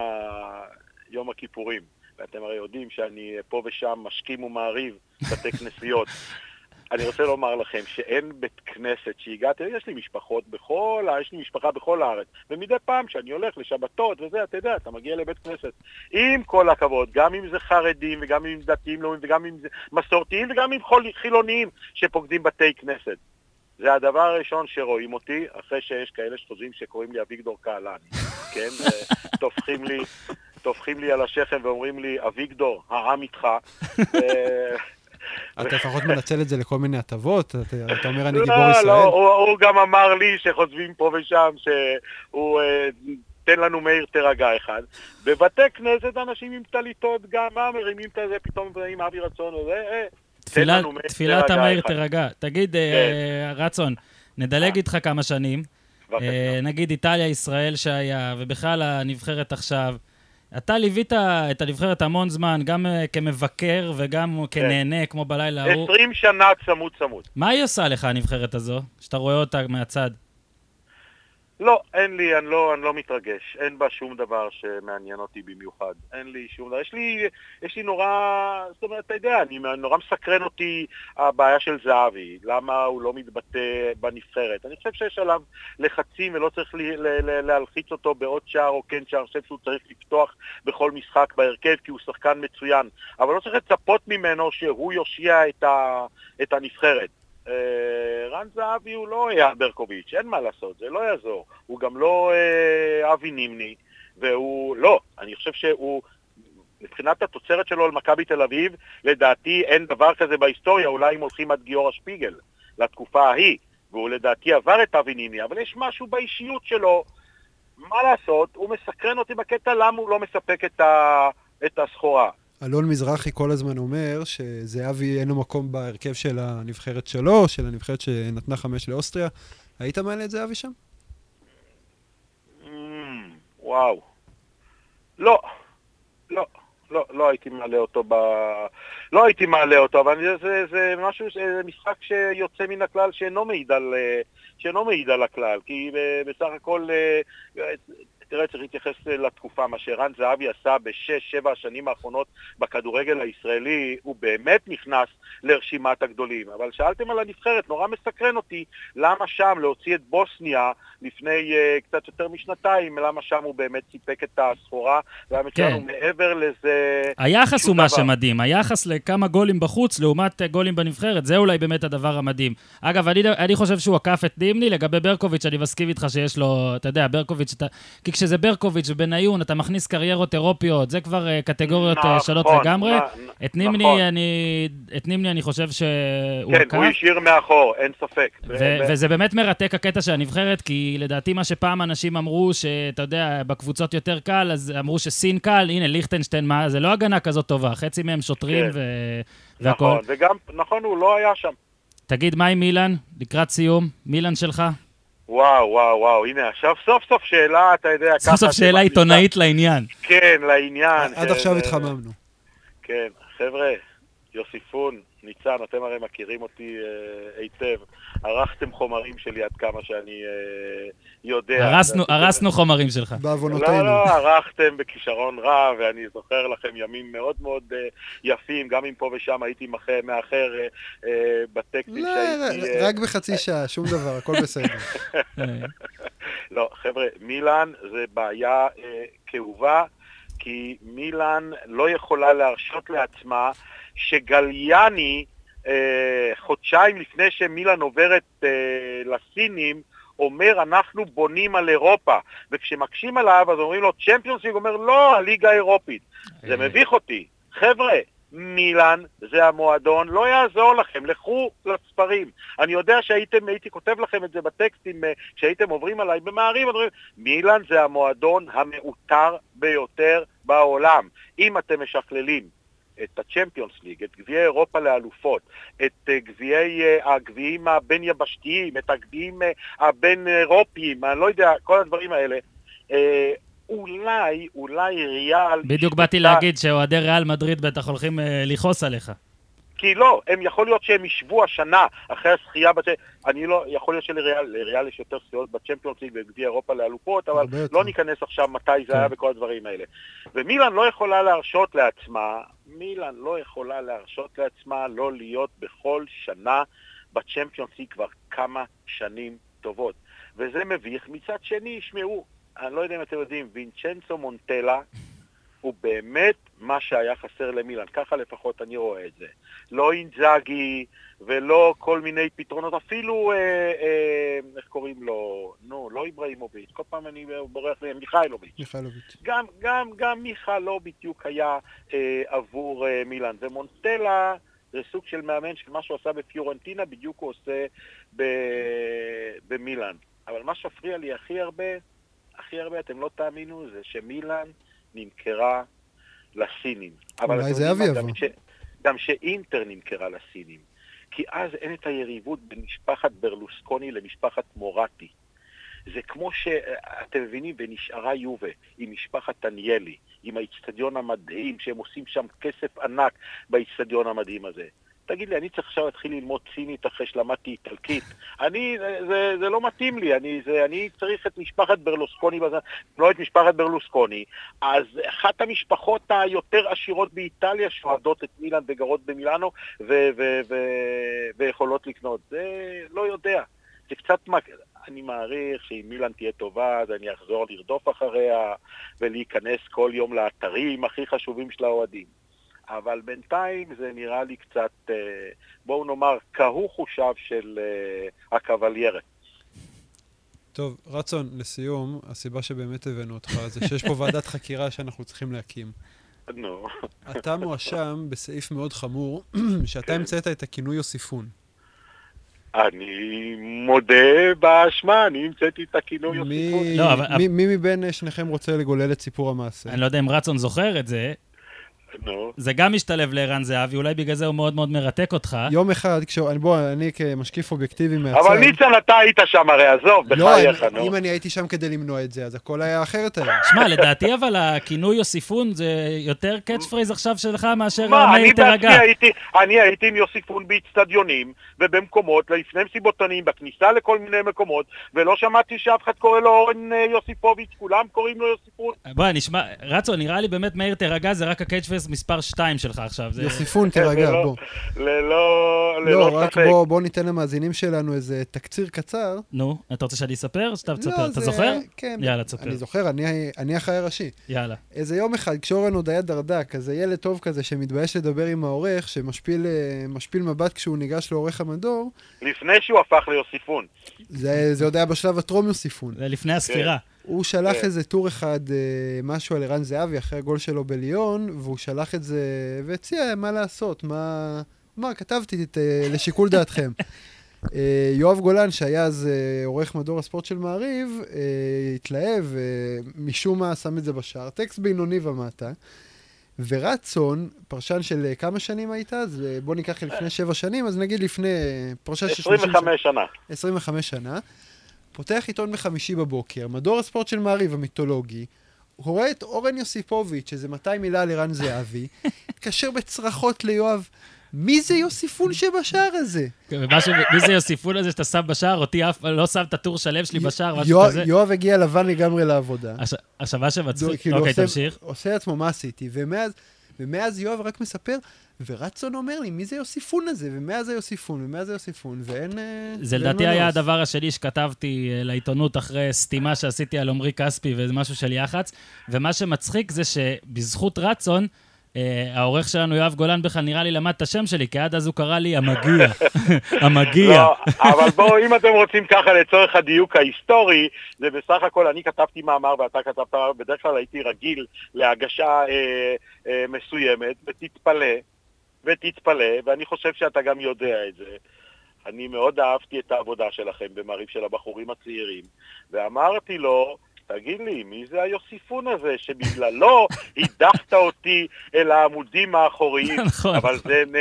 יום הכיפורים, ואתם הרי יודעים שאני פה ושם משכים ומעריב בתי כנסיות. אני רוצה לומר לכם שאין בית כנסת שהגעתי, יש לי משפחה בכל הארץ, ומדי פעם שאני הולך לשבתות וזה, אתה יודע, אתה מגיע לבית כנסת. עם כל הכבוד, גם אם זה חרדים, וגם אם זה דתיים לאומיים, וגם אם זה מסורתיים, וגם אם חילוניים שפוקדים בתי כנסת. זה הדבר הראשון שרואים אותי, אחרי שיש כאלה שחושבים שקוראים לי אביגדור קהלני, כן? תופחים לי על השכם ואומרים לי, אביגדור, העם איתך. אתה לפחות מנצל את זה לכל מיני הטבות? אתה אומר, אני גיבור ישראל? לא, הוא גם אמר לי שחושבים פה ושם שהוא תן לנו מאיר תרגע אחד. בבתי כנסת אנשים עם טליטות גם, מרימים את זה, פתאום עם אבי רצון וזה, תפילת המאיר תרגע. תגיד, רצון, נדלג איתך כמה שנים. נגיד איטליה, ישראל שהיה, ובכלל הנבחרת עכשיו. אתה ליווית את הנבחרת המון זמן, גם כמבקר וגם כנהנה, כמו בלילה ההוא. 20 שנה צמוד. מה היא עושה לך, הנבחרת הזו, שאתה רואה אותה מהצד? לא, אין לי, אני לא מתרגש. אין בה שום דבר שמעניין אותי במיוחד. אין לי שום דבר. יש לי נורא, זאת אומרת, אתה יודע, נורא מסקרן אותי הבעיה של זהבי. למה הוא לא מתבטא בנבחרת. אני חושב שיש עליו לחצים ולא צריך להלחיץ אותו בעוד שער או כן שער. אני חושב שהוא צריך לפתוח בכל משחק בהרכב כי הוא שחקן מצוין. אבל לא צריך לצפות ממנו שהוא יושיע את הנבחרת. רן זהבי הוא לא היה ברקוביץ', אין מה לעשות, זה לא יעזור. הוא גם לא אבי נימני, והוא לא, אני חושב שהוא, מבחינת התוצרת שלו על מכבי תל אביב, לדעתי אין דבר כזה בהיסטוריה, אולי אם הולכים עד גיורא שפיגל, לתקופה ההיא, והוא לדעתי עבר את אבי נימני, אבל יש משהו באישיות שלו, מה לעשות, הוא מסקרן אותי בקטע למה הוא לא מספק את הסחורה. אלון מזרחי כל הזמן אומר שזהבי אין לו מקום בהרכב של הנבחרת שלו, של הנבחרת שנתנה 5 לאוסטריה. היית מעלה את זהבי שם? וואו. לא הייתי מעלה אותו לא הייתי מעלה אותו, אבל זה משהו, זה משחק שיוצא מן הכלל שאינו מעיד על הכלל, כי בסך הכל תראה, צריך להתייחס לתקופה, מה שרן זהבי עשה ב6-7 השנים האחרונות בכדורגל הישראלי, הוא באמת נכנס לרשימת הגדולים. אבל שאלתם על הנבחרת, נורא מסקרן אותי, למה שם להוציא את בוסניה לפני קצת יותר משנתיים, למה שם הוא באמת סיפק את הסחורה, למה שלנו מעבר לזה... היחס הוא מה שמדהים, היחס לכמה גולים בחוץ לעומת גולים בנבחרת, זה אולי באמת הדבר המדהים. אגב, אני חושב שהוא עקף את נימני, לגבי ברקוביץ', אני מסכים איתך שיש לו, אתה יודע, ברקוביץ', כי כשזה ברקוביץ' ובניון, אתה מכניס קריירות אירופיות, זה כבר קטגוריות שונות לגמרי. את נימני אני חושב שהוא עקף. כן, הוא השאיר מאחור, אין ספק. וזה באמת מרתק הקטע של הנבחרת, כי לדעתי מה שפעם אנשים אמרו, שאתה יודע, בקבוצות יותר קל, אז אמרו שסין קל, הנה, ליכטנשטיין, מה, זה לא הגנה כזאת טובה, חצי מהם שוטרים והכל. נכון, וגם, נכון, הוא לא היה שם. תגיד, מה עם מילאן? לקראת סיום, מילאן שלך? וואו, הנה, עכשיו סוף שאלה, אתה יודע... סוף שאלה עיתונאית לעניין. כן, לעניין. עד עכשיו התחממנו. כן, חבר'ה, יוסיפון, ניצן, אתם הרי מכירים אותי היטב. ערכתם חומרים שלי עד כמה שאני יודע. הרסנו חומרים שלך. בעוונותינו. לא, ערכתם בכישרון רע, ואני זוכר לכם ימים מאוד מאוד יפים, גם אם פה ושם הייתי מאחר בטקסטים שהייתי... רק בחצי שעה, שום דבר, הכל בסדר. לא, חבר'ה, מילאן זה בעיה כאובה, כי מילאן לא יכולה להרשות לעצמה שגליאני, חודשיים לפני שמילאן עוברת לסינים, אומר אנחנו בונים על אירופה, וכשמקשים עליו אז אומרים לו צ'מפיונס ליג, אומר לא, הליגה האירופית. זה מביך אותי. חבר'ה, מילאן זה המועדון, לא יעזור לכם, לכו לספרים. אני יודע הייתי כותב לכם את זה בטקסטים כשהייתם עוברים עליי במערים, מילאן זה המועדון המאותר ביותר בעולם. אם אתם משכללים את הצ'מפיונס ליג, את גביעי אירופה לאלופות, את הגביעים הבין יבשתיים, את הגביעים הבין אירופיים, אני לא יודע, כל הדברים האלה, אולי ריאל... בדיוק באתי להגיד שאוהדי ריאל מדריד בטח הולכים לכעוס עליך. כי לא, יכול להיות שהם ישבו השנה אחרי הזכייה, אני לא, יכול להיות שלריאל יש יותר זכיות בצ'מפיונס ליג ובגביע אירופה לאלופות, אבל לא ניכנס עכשיו מתי זה היה וכל הדברים האלה. ומילאן לא יכולה להרשות לעצמה לא להיות בכל שנה בצ'מפיונס ליג כבר כמה שנים טובות. וזה מביך. מצד שני, ישמעו, אני לא יודע אם אתם יודעים, וינצ'נצו מונטלה הוא באמת מה שהיה חסר למילאן, ככה לפחות אני רואה את זה. לא אינזאגי ולא כל מיני פתרונות, אפילו, איך קוראים לו? לא איברהימוביץ', כל פעם אני בורח להם, מיכאילוביץ'. גם מיכה לא בדיוק היה עבור מילאן. ומונטלה זה סוג של מאמן של מה שהוא עשה בפיורנטינה, בדיוק הוא עושה במילאן. אבל מה שהפריע לי הכי הרבה, אתם לא תאמינו, זה שמילאן נמכרה לסינים. אולי זה אבי עבר. גם שאינטר נמכרה לסינים. כי אז אין את היריבות בין משפחת ברלוסקוני למשפחת מורטי. זה כמו שאתם מבינים, ונשארה יובה עם משפחת טניאלי, עם האצטדיון המדהים, שהם עושים שם כסף ענק באצטדיון המדהים הזה. תגיד לי, אני צריך עכשיו להתחיל ללמוד סינית אחרי שלמדתי איטלקית. זה לא מתאים לי, אני צריך את משפחת ברלוסקוני, לא את משפחת ברלוסקוני. אז אחת המשפחות היותר עשירות באיטליה שועדות את מילאן וגרות במילאנו, ויכולות לקנות. זה לא יודע. זה קצת אני מעריך שאם מילאן תהיה טובה, אז אני אחזור לרדוף אחריה, ולהיכנס כל יום לאתרים הכי חשובים של האוהדים. אבל בינתיים זה נראה לי קצת, בואו נאמר, קהו חושב של הקבליירה. טוב, רצון, לסיום, הסיבה שבאמת הבאנו אותך זה שיש פה ועדת חקירה שאנחנו צריכים להקים. נו. אתה מואשם בסעיף מאוד חמור, שאתה המצאת את הכינוי יוסיפון. אני מודה באשמה, אני המצאתי את הכינוי יוסיפון. מי מבין שניכם רוצה לגולל את סיפור המעשה? אני לא יודע אם רצון זוכר את זה. זה גם משתלב לערן זהבי, אולי בגלל זה הוא מאוד מאוד מרתק אותך. יום אחד, אני כמשקיף אובייקטיבי מהצד... אבל ניצן, אתה היית שם הרי, עזוב, בחייך, נו. אם אני הייתי שם כדי למנוע את זה, אז הכל היה אחרת היום. שמע, לדעתי אבל הכינוי יוסיפון זה יותר קאץ' פרייז עכשיו שלך מאשר מאיר תרגע. אני הייתי עם יוסיפון באצטדיונים ובמקומות, לפני מסיבותנים, בכניסה לכל מיני מקומות, ולא שמעתי שאף אחד קורא לו אורן יוסיפוביץ', כולם קוראים לו יוסיפון. בוא, נשמע, רצון, נראה לי באמת מאיר תרגע, זה רק הקאץ' פרייז מספר 2 שלך עכשיו. יוסיפון, תרגע, בוא. לא, רק בוא ניתן למאזינים שלנו איזה תקציר קצר. נו, אתה רוצה שאני אספר? שאתה תספר. אתה זוכר? כן. יאללה, תספר. אני זוכר, אני אחראי ראשי. יאללה. איזה יום אחד, כשאורן עוד היה דרדק, איזה ילד טוב כזה שמתבייש לדבר עם העורך, שמשפיל מבט כשהוא ניגש לעורך המדור. לפני שהוא הפך ליוסיפון. זה עוד היה בשלב הטרום יוסיפון. זה לפני הספירה. הוא שלח איזה טור אחד, משהו על ערן זהבי, אחרי הגול שלו בליון, והוא שלח את זה, והציע מה לעשות, מה כתבתי לשיקול דעתכם. יואב גולן, שהיה אז עורך מדור הספורט של מעריב, התלהב, משום מה שם את זה בשער, טקסט בינוני ומטה, ורצון, פרשן של כמה שנים הייתה, אז בוא ניקח לפני 7 שנים, אז נגיד לפני פרשן של 25 שנה. 25 שנה. פותח עיתון בחמישי בבוקר, מדור הספורט של מעריב המיתולוגי, הוא רואה את אורן יוסיפוביץ', שזה 200 מילה על ערן זהבי, התקשר בצרחות ליואב, מי זה יוסיפון שבשער הזה? מי זה יוסיפון הזה שאתה שם בשער? אותי אף לא שם את הטור שלם שלי בשער, משהו כזה. יואב הגיע לבן לגמרי לעבודה. עכשיו מה שמצחיק, אוקיי, תמשיך. עושה עצמו מה עשיתי, ומאז יואב רק מספר, ורצון אומר לי, מי זה יוסיפון הזה? ומאז היוסיפון, ואין... זה לדעתי היה הדבר השני שכתבתי לעיתונות אחרי סתימה שעשיתי על עומרי כספי, וזה משהו של יח"צ, ומה שמצחיק זה שבזכות רצון, העורך שלנו יואב גולן בכלל נראה לי למד את השם שלי, כי עד אז הוא קרא לי המגיע. המגיע. לא, אבל בואו, אם אתם רוצים ככה לצורך הדיוק ההיסטורי, זה בסך הכל, אני כתבתי מאמר ואתה כתבת, בדרך כלל הייתי רגיל להגשה מסוימת, ותתפלא, ואני חושב שאתה גם יודע את זה. אני מאוד אהבתי את העבודה שלכם במעריב של הבחורים הצעירים, ואמרתי לו, תגיד לי, מי זה היוסיפון הזה שבגללו הדחת אותי אל העמודים האחוריים? אבל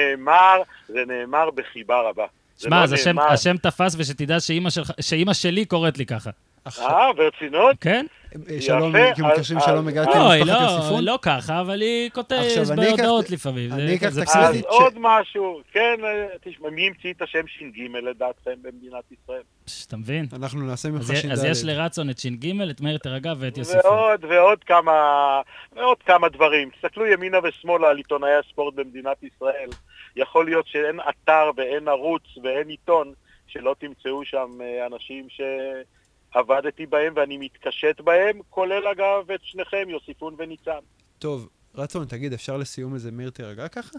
זה נאמר בחיבה רבה. שמע, אז השם תפס ושתדע שאמא שלי קוראת לי ככה. ברצינות? כן. שלום, כי מקשרים שלום הגעתי למשפחת יוסיפון? לא ככה, אבל היא כותבת בהודעות לפעמים. אז עוד משהו, כן, תשמע, מי המציא את השם ש"ג לדעתכם במדינת ישראל? אתה מבין? אנחנו נעשה ממך ש"ד. אז יש לרצון את ש"ג, את מאיר תרגע ואת יוסיפון. ועוד כמה דברים. תסתכלו ימינה ושמאלה על עיתונאי הספורט במדינת ישראל. יכול להיות שאין אתר ואין ערוץ ואין עיתון שלא תמצאו שם אנשים שעבדתי בהם ואני מתקשט בהם, כולל אגב את שניכם, יוסיפון וניצן. טוב, רצון, תגיד, אפשר לסיום איזה מאיר תרגע ככה?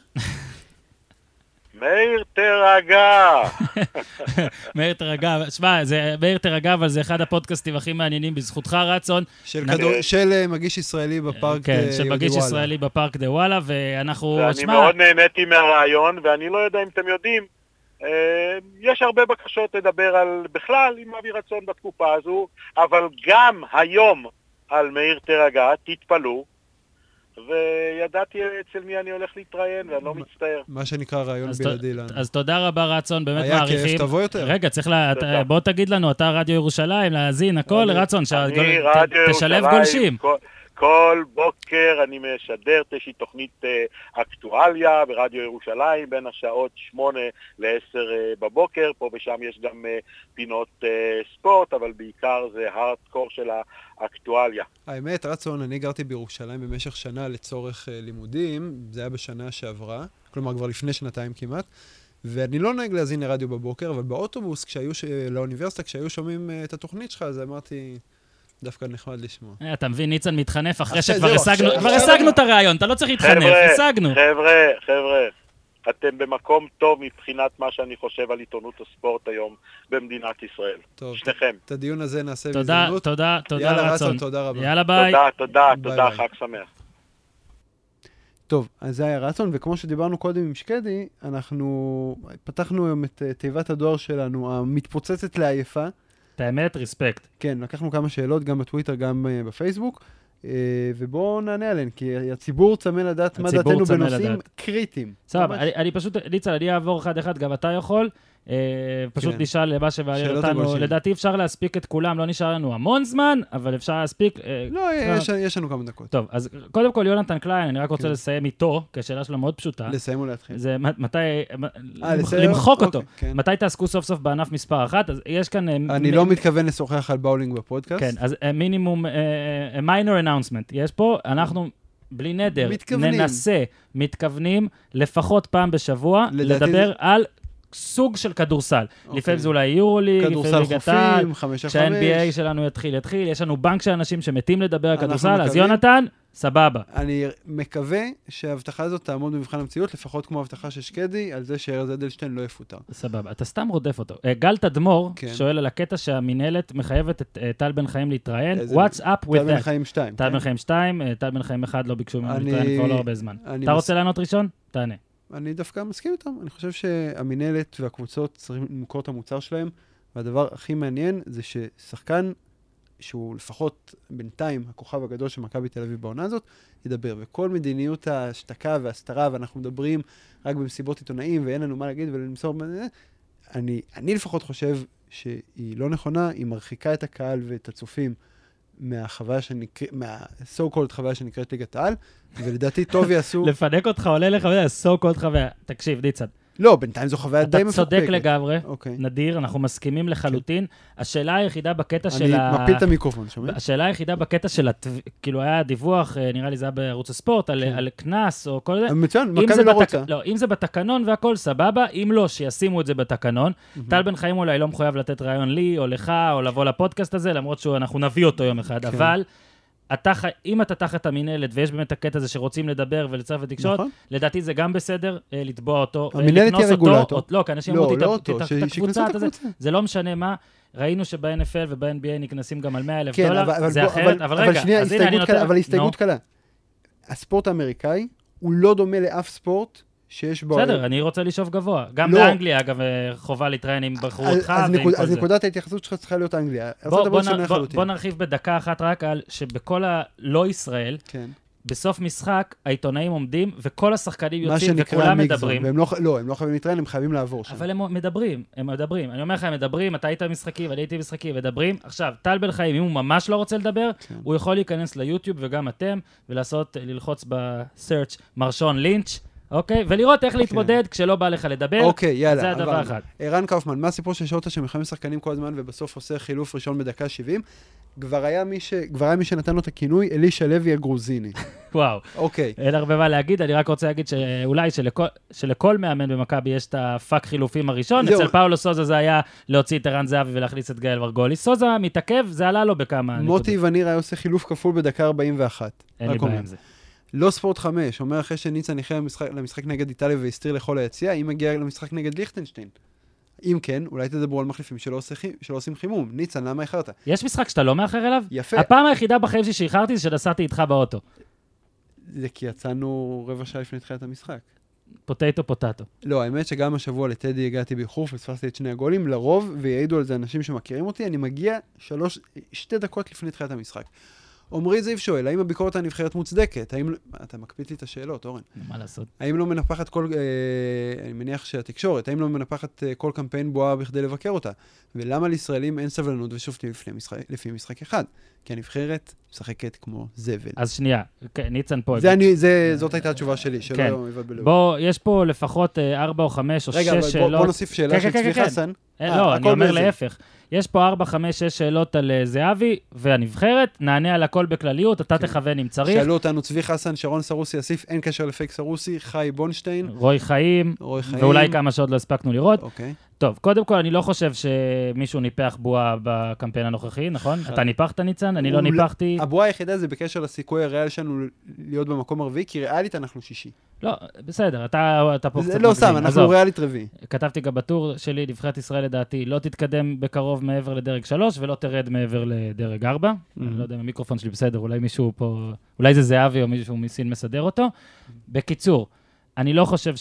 מאיר תרגע. מאיר תרגע, שמע, מאיר תרגע, אבל זה אחד הפודקאסטים הכי מעניינים בזכותך, רצון. של מגיש ישראלי בפארק דה וואלה. כן, של מגיש ישראלי בפארק דה וואלה, ואנחנו... ואני מאוד נהניתי מהרעיון, ואני לא יודע אם אתם יודעים, יש הרבה בקשות לדבר על בכלל עם אבי רצון בתקופה הזו, אבל גם היום על מאיר תרגע, תתפלו, וידעתי אצל מי אני הולך להתראיין, ואני לא מצטער. מה שנקרא רעיון בלעדי לנו. אז תודה רבה רצון, באמת היה מעריכים. כיף, תבוא יותר. רגע, צריך בוא תגיד לנו, אתה רדיו ירושלים, להאזין, הכל, רצון, אני רדיו תשלב ירושלים, גולשים. כל בוקר אני משדר, יש לי תוכנית אקטואליה ברדיו ירושלים, בין השעות 8 ל-10 בבוקר, פה ושם יש גם פינות ספורט, אבל בעיקר זה הארדקור של האקטואליה. האמת, רצון, אני גרתי בירושלים במשך שנה לצורך לימודים, זה היה בשנה שעברה, כלומר כבר לפני שנתיים כמעט, ואני לא נוהג להזין לרדיו בבוקר, אבל באוטובוס, לאוניברסיטה, כשהיו שומעים את התוכנית שלך, אז אמרתי, דווקא נחמד לשמוע. אתה מבין, ניצן מתחנף אחרי שכבר השגנו את הרעיון, אתה לא צריך להתחנף, השגנו. חבר'ה, אתם במקום טוב מבחינת מה שאני חושב על עיתונות הספורט היום במדינת ישראל. טוב, שניכם. את הדיון הזה נעשה בהזדמנות. תודה, יאללה, רצון. רצון, תודה רבה. יאללה, ביי. תודה, חג שמח. טוב, אז זה היה רצון, וכמו שדיברנו קודם עם שקדי, אנחנו פתחנו היום את תיבת הדואר שלנו, המתפוצצת לעייפה. את האמת, ריספקט. כן, לקחנו כמה שאלות, גם בטוויטר, גם בפייסבוק, ובואו נענה עליהן, כי הציבור צמא לדעת מה דעתנו בנושאים קריטיים. סבבה, אני פשוט, ניצן, אני אעבור אחד, גם אתה יכול, פשוט נשאל למה שבעלי אותנו, לדעתי אפשר להספיק את כולם, לא נשאר לנו המון זמן, אבל אפשר להספיק... לא, יש לנו כמה דקות. טוב, אז קודם כל, יונתן קליין, אני רק רוצה לסיים איתו, כי השאלה שלו מאוד פשוטה. לסיים או להתחיל? זה מתי... למחוק אותו. מתי תעסקו סוף סוף בענף מספר 1, אז יש כאן... אני לא מתכוון לשוחח על באולינג בפודקאסט. כן, אז מינימום, minor announcement. יש פה, אנחנו... בלי נדר, מתכוונים לפחות פעם בשבוע לדבר על סוג של כדורסל. לפעמים זה אולי יורוליג, כדורסל חופים, 5-5. כשה-NBA שלנו יתחיל, יש לנו בנק של אנשים שמתים לדבר על כדורסל, אז יונתן, סבבה. אני מקווה שההבטחה הזאת תעמוד במבחן המציאות, לפחות כמו ההבטחה של שקדי, על זה שארז אדלשטיין לא יפוטר. סבבה, אתה סתם רודף אותו. גל תדמור שואל על הקטע שהמנהלת מחייבת את טל בן חיים להתראיין. What's up with that? טל בן חיים 2. טל בן חיים 2, טל בן חיים 1 לא ביקשו ממנו להתראיין כבר לא הרבה זמן. אתה רוצה לענות ראשון? תענה. אני דווקא מסכים איתם. אני חושב שהמנהלת והקבוצות צריכים למכור את המוצר שלהם, והדבר הכי מעניין זה ששחקן שהוא לפחות בינתיים הכוכב הגדול של מכבי תל אביב בעונה הזאת, ידבר. וכל מדיניות ההשתקה והסתרה, ואנחנו מדברים רק במסיבות עיתונאים, ואין לנו מה להגיד ולמסור... אני לפחות חושב שהיא לא נכונה, היא מרחיקה את הקהל ואת הצופים מהחוויה מה-so-called חוויה שנקראת ליגת העל, ולדעתי טוב יעשו... לפנק אותך, עולה לך, so-called חוויה. תקשיב, ניצן. לא, בינתיים זו חוויה די מפוקפקת. אתה צודק לגמרי, נדיר, אנחנו מסכימים לחלוטין. השאלה היחידה בקטע של אני מפיל את המיקרופון, שומע? השאלה היחידה בקטע של, כאילו היה דיווח, נראה לי זה היה בערוץ הספורט, על כנס או כל זה. מצוין, מכבי לא רוצה. לא, אם זה בתקנון והכל סבבה, אם לא, שישימו את זה בתקנון. טל בן חיים אולי לא מחויב לתת רעיון לי או לך, או לבוא לפודקאסט הזה, למרות שאנחנו נביא אותו יום אחד, אבל... אם אתה תחת המנהלת, ויש באמת הקטע הזה שרוצים לדבר ולצרף ותקשורת, לדעתי זה גם בסדר לתבוע אותו, המנהלת היא רגולטור. לא, כי אנשים אמרו את הקבוצה, זה לא משנה מה, ראינו שב-NFL וב-NBA נכנסים גם על $100,000, זה אחרת, אבל רגע, אבל הסתייגות קלה. הספורט האמריקאי הוא לא דומה לאף ספורט שיש בו... בסדר, אני רוצה לשאוף גבוה. גם באנגליה, אגב, חובה להתראיין אם בחרו אותך ועם כל זה. אז נקודת ההתייחסות שלך צריכה להיות אנגליה. בוא נרחיב בדקה אחת רק על שבכל הלא ישראל, בסוף משחק, העיתונאים עומדים, וכל השחקנים יוצאים וכולם מדברים. לא, הם לא חייבים להתראיין, הם חייבים לעבור שם. אבל הם מדברים. אני אומר לך, הם מדברים, אתה היית משחקים, אני הייתי משחקים, מדברים. עכשיו, טל בן חיים, אם הוא ממש לא רוצה לדבר, הוא יכול להיכנס ליוטיוב וגם אתם, ללחוץ בסרצ' מרשון לינץ', אוקיי? ולראות איך להתמודד כשלא בא לך לדבר. אוקיי, יאללה. זה הדבר אחד. ערן קאופמן, מה הסיפור של שעות שמחייבים שחקנים כל הזמן ובסוף עושה חילוף ראשון בדקה 70? כבר היה מי שנתן לו את הכינוי אלישע לוי הגרוזיני. וואו. אוקיי. אין הרבה מה להגיד, אני רק רוצה להגיד שאולי שלכל מאמן במכבי יש את הפאק חילופים הראשון. אצל פאולו סוזה זה היה להוציא את ערן זהבי ולהכניס את גאל ורגולי. סוזה מתעכב, זה עלה לו בכמה נקודות. מוטי וניר היה עושה חילוף כפול בדקה 41. אין לי בעיה עם זה. לא ספורט 5, אומר אחרי שניצן ניחר למשחק נגד איטליה והסתיר לכל היציאה, אם מגיע למשחק נגד ליכטנשטיין. אם כן, אולי תדברו על מחליפים שלא עושים חימום. ניצן, למה איחרת? יש משחק שאתה לא מאחר אליו? יפה. הפעם היחידה בחיים שאיחרתי זה שנסעתי איתך באוטו. זה כי יצאנו רבע שעה לפני תחילת המשחק. פוטטו. לא, האמת שגם השבוע לטדי הגעתי באיחור ופספסתי את שני הגולים, לרוב, ויעידו על זה אנשים שמכירים אותי, אני מגיע 2 דקות לפני תחילת המשחק. עמרי זיו שואל, האם הביקורת הנבחרת מוצדקת? אתה מקפיץ לי את השאלות, אורן. מה לעשות? האם לא מנפחת אני מניח שהתקשורת, האם לא מנפחת כל קמפיין בועה בכדי לבקר אותה? ולמה לישראלים אין סבלנות ושופטים לפי משחק אחד? כי הנבחרת משחקת כמו זבל. אז שנייה, ניצן פה. זאת הייתה התשובה שלי, שלא יבד בלב. בוא, יש פה לפחות 4 או 5 או 6 שאלות. רגע, בוא נוסיף שאלה של צבי חסן. לא, אני אומר להפך. יש פה 4, 5, 6 שאלות על זהבי והנבחרת, נענה על הכל בכלליות, אתה תכוון אם צריך. שאלו אותנו צבי חסן, שרון סרוסי, אסיף, אין קשר לפייק סרוסי, חי בונשטיין. רוי חיים, ואולי כמה שעוד לא הספקנו לראות. אוקיי. טוב, קודם כל, אני לא חושב שמישהו ניפח בועה בקמפיין הנוכחי, נכון? אתה ניפחת, ניצן? אני לא ניפחתי. הבועה היחידה זה בקשר לסיכוי הריאל שלנו להיות במקום הרביעי, כי ריאלית אנחנו שישי. לא, בסדר, אתה פה קצת מגזים. לא סתם, אנחנו ריאלית רביעי. כתבתי גם בטור שלי, נבחרת ישראל לדעתי, לא תתקדם בקרוב מעבר לדרג 3, ולא תרד מעבר לדרג 4. אני לא יודע אם המיקרופון שלי בסדר, אולי מישהו פה, אולי זה זהבי או מישהו מסין מסדר אותו. בקיצור, אני לא חושב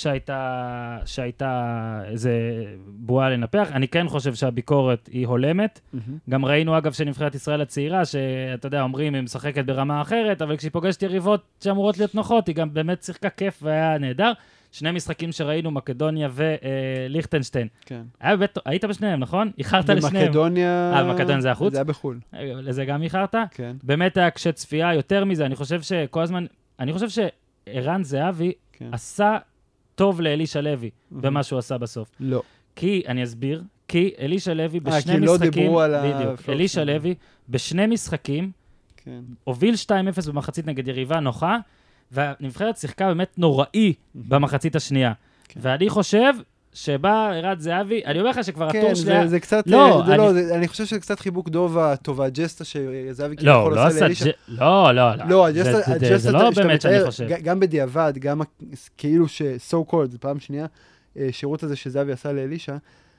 שהייתה איזה בועה לנפח, אני כן חושב שהביקורת היא הולמת. גם ראינו אגב שנבחרת ישראל הצעירה, שאתה יודע, אומרים, היא משחקת ברמה אחרת, אבל כשהיא פוגשת יריבות שאמורות להיות נוחות, היא גם באמת שיחקה כיף והיה נהדר. 2 משחקים שראינו, מקדוניה וליכטנשטיין. כן. היית בשניהם, נכון? איחרת לשניהם. במקדוניה... במקדוניה זה החוץ? זה היה בחול. לזה גם איחרת? כן. באמת היה קשה צפייה, יותר מזה, אני חושב שכל הזמן, אני חושב שערן זהבי עשה טוב לאלישע לוי במה שהוא עשה בסוף. לא. כי, אני אסביר, כי אלישע לוי בשני משחקים... כי לא דיברו על בדיוק. אלישע לוי בשני משחקים, הוביל 2-0 במחצית נגד יריבה נוחה, והנבחרת שיחקה באמת נוראי במחצית השנייה. ואני חושב שבא ערן זהבי, אני אומר לך שכבר הטור שלה... כן, זה קצת... אני חושב שזה קצת חיבוק טוב, הג'סטה שזהבי כאילו יכול לעשות לאלישע. לא, זה לא באמת שאני חושב. גם בדיעבד, גם כאילו ש-so called, זה פעם שנייה, שירות הזה שזהבי עשה לאלישע,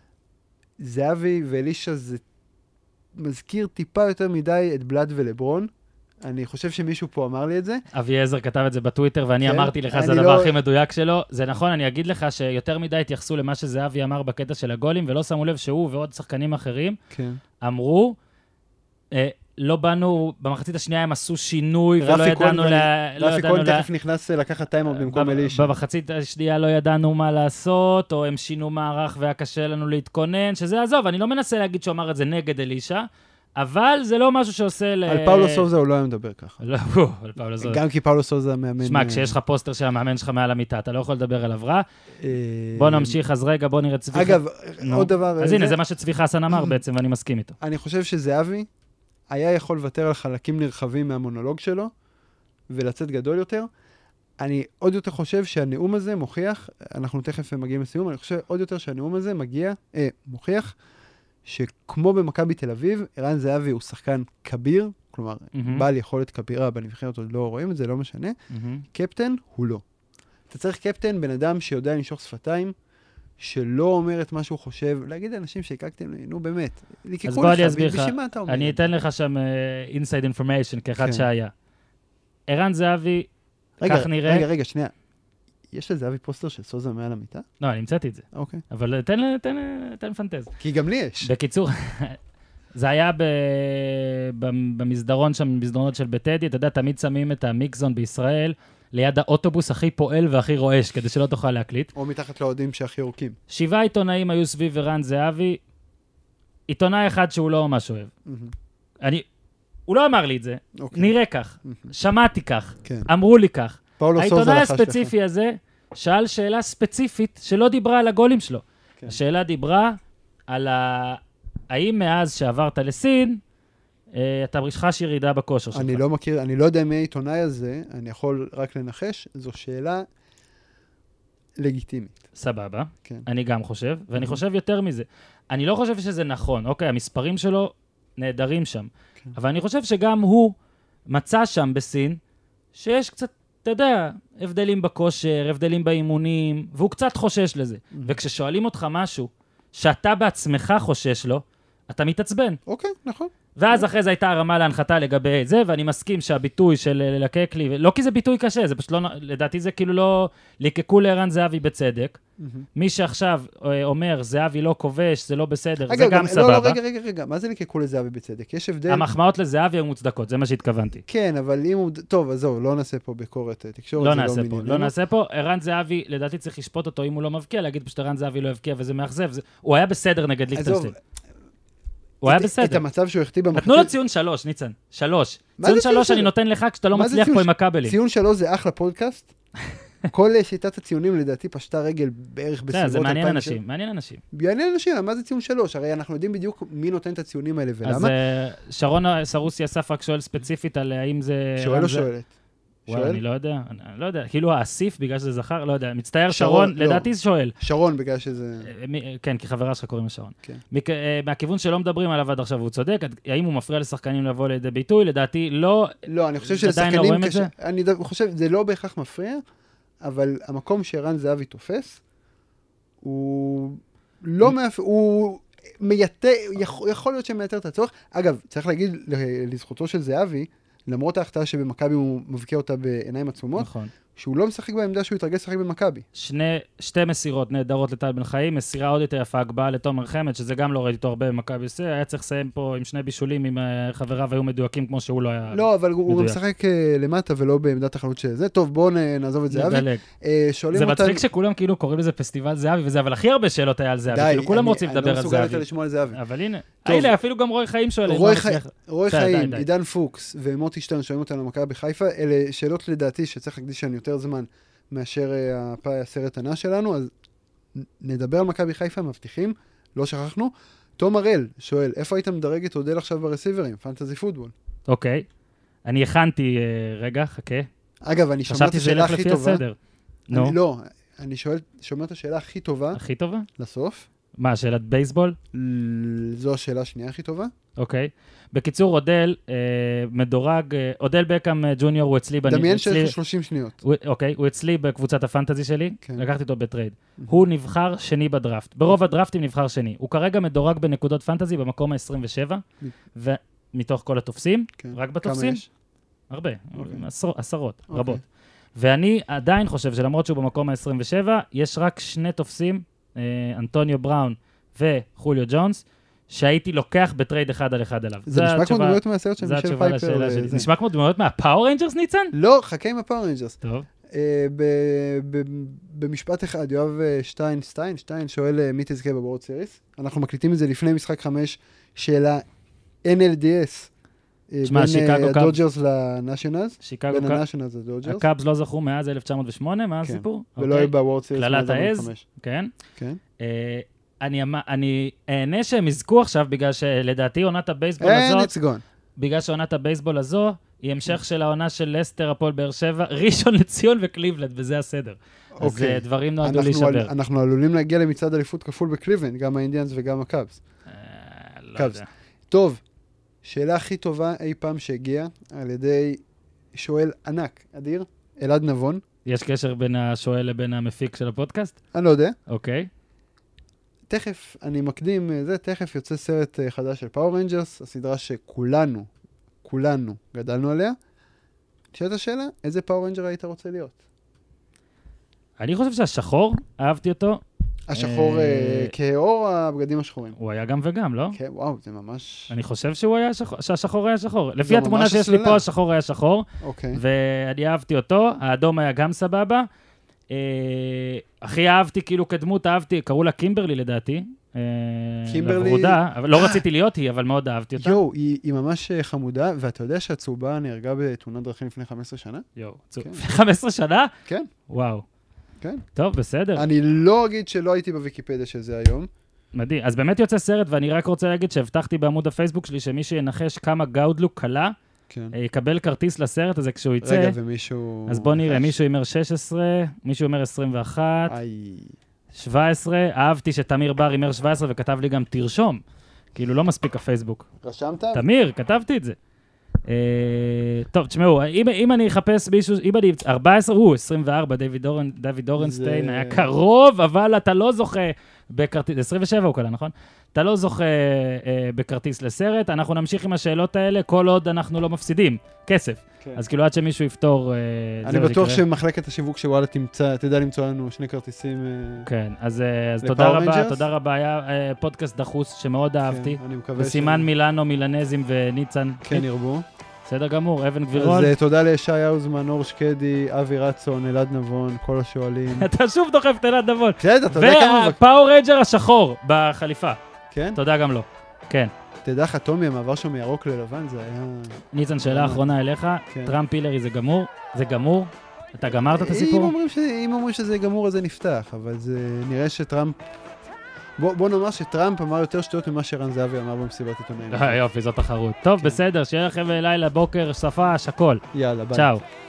זהבי ואלישע זה מזכיר טיפה יותר מדי את בלאד ולברון. אני חושב שמישהו פה אמר לי את זה. אבי עזר כתב את זה בטוויטר, ואני אמרתי לך, זה הדבר הכי מדויק שלו. זה נכון, אני אגיד לך שיותר מדי התייחסו למה שזהבי אמר בקטע של הגולים, ולא שמו לב שהוא ועוד שחקנים אחרים אמרו, לא באנו, במחצית השנייה הם עשו שינוי, ולא ידענו... רפי כהן תכף נכנס לקחת טיימאוט במקום אלישע. במחצית השנייה לא ידענו מה לעשות, או הם שינו מערך והיה קשה לנו להתכונן, שזה עזוב, אני לא מנסה להגיד שהוא אמר את זה נגד אלישע, אבל זה לא משהו שעושה על פאולו סוזה הוא לא היה מדבר ככה. לא, על פאולו סוזה. גם כי פאולו סוזה המאמן... שמע, כשיש לך פוסטר של המאמן שלך מעל המיטה, אתה לא יכול לדבר עליו רע. בוא נמשיך, אז רגע, בוא נראה צבי... אגב, עוד דבר... אז הנה, זה מה שצבי חסן אמר בעצם, ואני מסכים איתו. אני חושב שזהבי היה יכול לוותר על חלקים נרחבים מהמונולוג שלו, ולצאת גדול יותר. אני עוד יותר חושב שהנאום הזה מוכיח, אנחנו תכף מגיעים לסיום, אני חושב עוד יותר שהנאום הזה מוכיח, שכמו במכבי תל אביב, ערן זהבי הוא שחקן כביר, כלומר, בעל יכולת כבירה בנבחרת, עוד לא רואים את זה, לא משנה. קפטן הוא לא. אתה צריך קפטן, בן אדם שיודע לנשוך שפתיים, שלא אומר את מה שהוא חושב, להגיד לאנשים שהקקתם, נו באמת, אז בוא אני אסביר לך, אני אתן לך שם inside information כאחד שהיה. ערן זהבי, כך נראה... רגע, שנייה. יש לזהבי פוסטר של סוזה מעל המיטה? לא, אני המצאתי את זה. אוקיי. אבל תן פנטז. כי גם לי יש. בקיצור, זה היה במסדרון שם, במסדרונות של בטדי, אתה יודע, תמיד שמים את המיקזון בישראל, ליד האוטובוס הכי פועל והכי רועש, כדי שלא תוכל להקליט. או מתחת לאוהדים שהכי יורקים. 7 עיתונאים היו סביב ערן זהבי, עיתונאי אחד שהוא לא ממש אוהב. הוא לא אמר לי את זה, נראה כך, שמעתי כך, אמרו לי כך. העיתונאי הספציפי הזה שאל שאלה ספציפית שלא דיברה על הגולים שלו. השאלה דיברה על האם מאז שעברת לסין, אתה חש ירידה בכושר שלך. אני לא מכיר, אני לא יודע מי העיתונאי הזה, אני יכול רק לנחש, זו שאלה לגיטימית. סבבה, אני גם חושב, ואני חושב יותר מזה. אני לא חושב שזה נכון, אוקיי, המספרים שלו נהדרים שם, אבל אני חושב שגם הוא מצא שם בסין, שיש קצת, אתה יודע, הבדלים בכושר, הבדלים באימונים, והוא קצת חושש לזה. וכששואלים אותך משהו שאתה בעצמך חושש לו, אתה מתעצבן. אוקיי, נכון. ואז אחרי זה הייתה הרמה להנחתה לגבי זה, ואני מסכים שהביטוי של לקק לי, לא כי זה ביטוי קשה, זה פשוט לא, לדעתי זה כאילו לא, לקקו לערן זהבי בצדק. מי שעכשיו אומר, זהבי לא כובש, זה לא בסדר, זה גם סבבה. רגע, מה זה לקקו לזהבי בצדק? יש הבדל... המחמאות לזהבי הן מוצדקות, זה מה שהתכוונתי. כן, אבל אם הוא... טוב, אז זהו, לא נעשה פה ביקורת תקשורת, לא נעשה פה. ערן זהבי, לדעתי צריך לשפוט אותו אם הוא לא מבקיע, להגיד פשוט ערן זהבי לא הבקיע וזה מאכזב. הוא היה בסדר נגד ליכטנשטיין. הוא היה בסדר. את המצב שהוא החטיא במחצית... נתנו לו ציון 3, ניצן. 3. ציון 3 אני נותן לך כשאתה לא מצליח פה עם הכבלים. ציון 3 זה אחלה פודקאסט. כל שיטת הציונים לדעתי פשטה רגל בערך בסביבות... זה מעניין אנשים. מעניין אנשים, מה זה ציון 3? הרי אנחנו יודעים בדיוק מי נותן את הציונים האלה ולמה. אז שרון סרוסי אסף רק שואל ספציפית על האם זה... שואל או שואלת? וואי, אני לא יודע, כאילו האסיף בגלל שזה זכר, לא יודע, מצטער שרון, לדעתי זה שואל. שרון בגלל שזה... כן, כי חברה שלך קוראים לשרון. מהכיוון שלא מדברים עליו עד עכשיו, הוא צודק, האם הוא מפריע לשחקנים לבוא לידי ביטוי, לדעתי לא... לא, אני חושב שלשחקנים... אני חושב, זה לא בהכרח מפריע, אבל המקום שערן זהבי תופס, הוא לא הוא מייתר, יכול להיות שמייתר את הצורך. אגב, צריך להגיד לזכותו של זהבי, למרות ההחטאה שבמכבי הוא מבקיע אותה בעיניים עצומות, נכון. שהוא לא משחק בעמדה שהוא יתרגש לשחק במכבי. שתי מסירות נהדרות לטל בן חיים, מסירה עוד יותר יפה, הגבהה לתומר חמד, שזה גם לא ראיתי אותו הרבה במכבי, היה צריך לסיים פה עם 2 בישולים, אם חבריו היו מדויקים כמו שהוא לא היה מדויק. לא, אבל הוא גם משחק למטה ולא בעמדת החלוץ של זה. טוב, בואו נעזוב את זהבי. זה מצחיק שכולם כאילו קוראים לזה פסטיבל זהבי וזה, אבל הכי הרבה שאלות היה על זהבי, כאילו כולם רוצים לדבר על זהבי. אבל הנה, אפילו גם רוי חיים שואל. רוי חיים, עידן פוקס ומוטי שטרן שואלים אותנו על מכבי בחיפה, אלה שאלות לדעתי שצריך להקדיש שאני יותר זמן מאשר הסרט ענה שלנו, אז נדבר על מכבי חיפה, מבטיחים, לא שכחנו. תום הראל שואל, איפה היית מדרג את אודל עכשיו ברסיברים? פנטזי פוטבול. אוקיי, אני הכנתי, רגע, חכה. אגב, אני שומע את השאלה הכי טובה. לא, אני שומע את השאלה הכי טובה. הכי טובה? לסוף. מה, שאלת בייסבול? זו השאלה השנייה הכי טובה. אוקיי. בקיצור, אודל מדורג, אודל בקאם ג'וניור הוא אצלי... דמיין שיש 30 שניות. אוקיי, הוא אצלי בקבוצת הפנטזי שלי, לקחתי אותו בטרייד. הוא נבחר שני בדראפט. ברוב הדראפטים נבחר שני. הוא כרגע מדורג בנקודות פנטזי במקום ה-27, ומתוך כל התופסים, רק בתופסים? כמה יש? הרבה, עשרות, רבות. ואני עדיין חושב שלמרות שהוא במקום ה-27, יש רק 2 תופסים, אנטוניו בראון וחוליו ג'ונס, שהייתי לוקח בטרייד 1 על 1 עליו. זה נשמע כמו דמויות מהסרט של מישל פייפר. זה נשמע כמו דמויות מהפאור ריינג'רס, ניצן? לא, חכה עם הפאור ריינג'רס. טוב. במשפט אחד, יואב שטיין שואל מי תזכה בוורד סיריס. אנחנו מקליטים את זה לפני משחק 5 של ה-NLDS. בין הדודג'רס לנשיונלס. בין הנשיונלס לדודג'רס. הקאבס לא זכו מאז 1908, מה הסיפור? ולא היו בוורד סיריס. כללת העז, כן. אני אענה שהם יזכו עכשיו, בגלל שלדעתי עונת הבייסבול הזאת, בגלל שעונת הבייסבול הזו, היא המשך של העונה של לסטר, הפועל באר שבע, ראשון לציון וקליבלנד, וזה הסדר. אז דברים נועדו להישבר. אנחנו עלולים להגיע למצעד אליפות כפול בקליבלנד, גם האינדיאנס וגם הקאבס. לא יודע. טוב, שאלה הכי טובה אי פעם שהגיעה על ידי שואל ענק, אדיר, אלעד נבון. יש קשר בין השואל לבין המפיק של הפודקאסט? אני לא יודע. אוקיי. תכף, אני מקדים זה, תכף יוצא סרט חדש של פאור ריינג'רס, הסדרה שכולנו גדלנו עליה. תשאל את השאלה, איזה פאור ריינג'ר היית רוצה להיות? אני חושב שהשחור, אהבתי אותו. השחור כאור הבגדים השחורים. הוא היה גם וגם, לא? כן, וואו, זה ממש... אני חושב שהשחור היה שחור. לפי התמונה שיש לי פה, השחור היה שחור. אוקיי. ואני אהבתי אותו, האדום היה גם סבבה. הכי אהבתי, כאילו כדמות אהבתי, קראו לה קימברלי לדעתי. קימברלי... לברודה, לא רציתי להיות היא, אבל מאוד אהבתי אותה. יואו, היא ממש חמודה, ואתה יודע שהצהובה נהרגה בתאונת דרכים לפני 15 שנה? יואו, 15 שנה? כן. וואו. כן. טוב, בסדר. אני לא אגיד שלא הייתי בוויקיפדיה של זה היום. מדהים. אז באמת יוצא סרט, ואני רק רוצה להגיד שהבטחתי בעמוד הפייסבוק שלי, שמי שינחש כמה גאודלוק קלה, יקבל כרטיס לסרט הזה כשהוא יצא. רגע, ומישהו... אז בוא נראה, מישהו אומר 16, מישהו אומר 21, 17, אהבתי שתמיר בר אומר 17 וכתב לי גם תרשום, כאילו לא מספיק הפייסבוק. רשמת? תמיר, כתבתי את זה. טוב, תשמעו, אם אני אחפש מישהו, אם אני 14, 24, דויד אורנסטיין היה קרוב, אבל אתה לא זוכה בכרטיס, 27 הוא קלה, נכון? אתה לא זוכה בכרטיס לסרט, אנחנו נמשיך עם השאלות האלה, כל עוד אנחנו לא מפסידים כסף. אז כאילו עד שמישהו יפתור... אני בטוח שמחלקת השיווק שוואלה תדע למצוא לנו 2 כרטיסים. כן, אז תודה רבה, היה פודקאסט דחוס שמאוד אהבתי. וסימן מילאנו, מילנזים וניצן. כן, ירבו. בסדר גמור, אבן גבירול. אז תודה לישי האוזמן, אור שקדי, אבי רצון, אלעד נבון, כל השואלים. אתה שוב דוחף את אלעד נבון. כן, אתה יודע כמה... והפאור רייג'ר השחור בחליפה. כן? תודה גם לו. כן. תדע לך, טומי, המעבר שם מירוק ללבן, זה היה... ניצן, שאלה אחרונה אליך. טראמפ הילרי זה גמור? זה גמור? אתה גמרת את הסיפור? אם אומרים שזה גמור, אז זה נפתח, אבל זה נראה שטראמפ... בוא נאמר שטראמפ אמר יותר שטויות ממה שרן זהבי אמר במסיבת עיתונאים. יופי, זאת תחרות. טוב, בסדר, שיהיה לכם לילה, בוקר, שפה, שקול. יאללה, ביי. צ'או.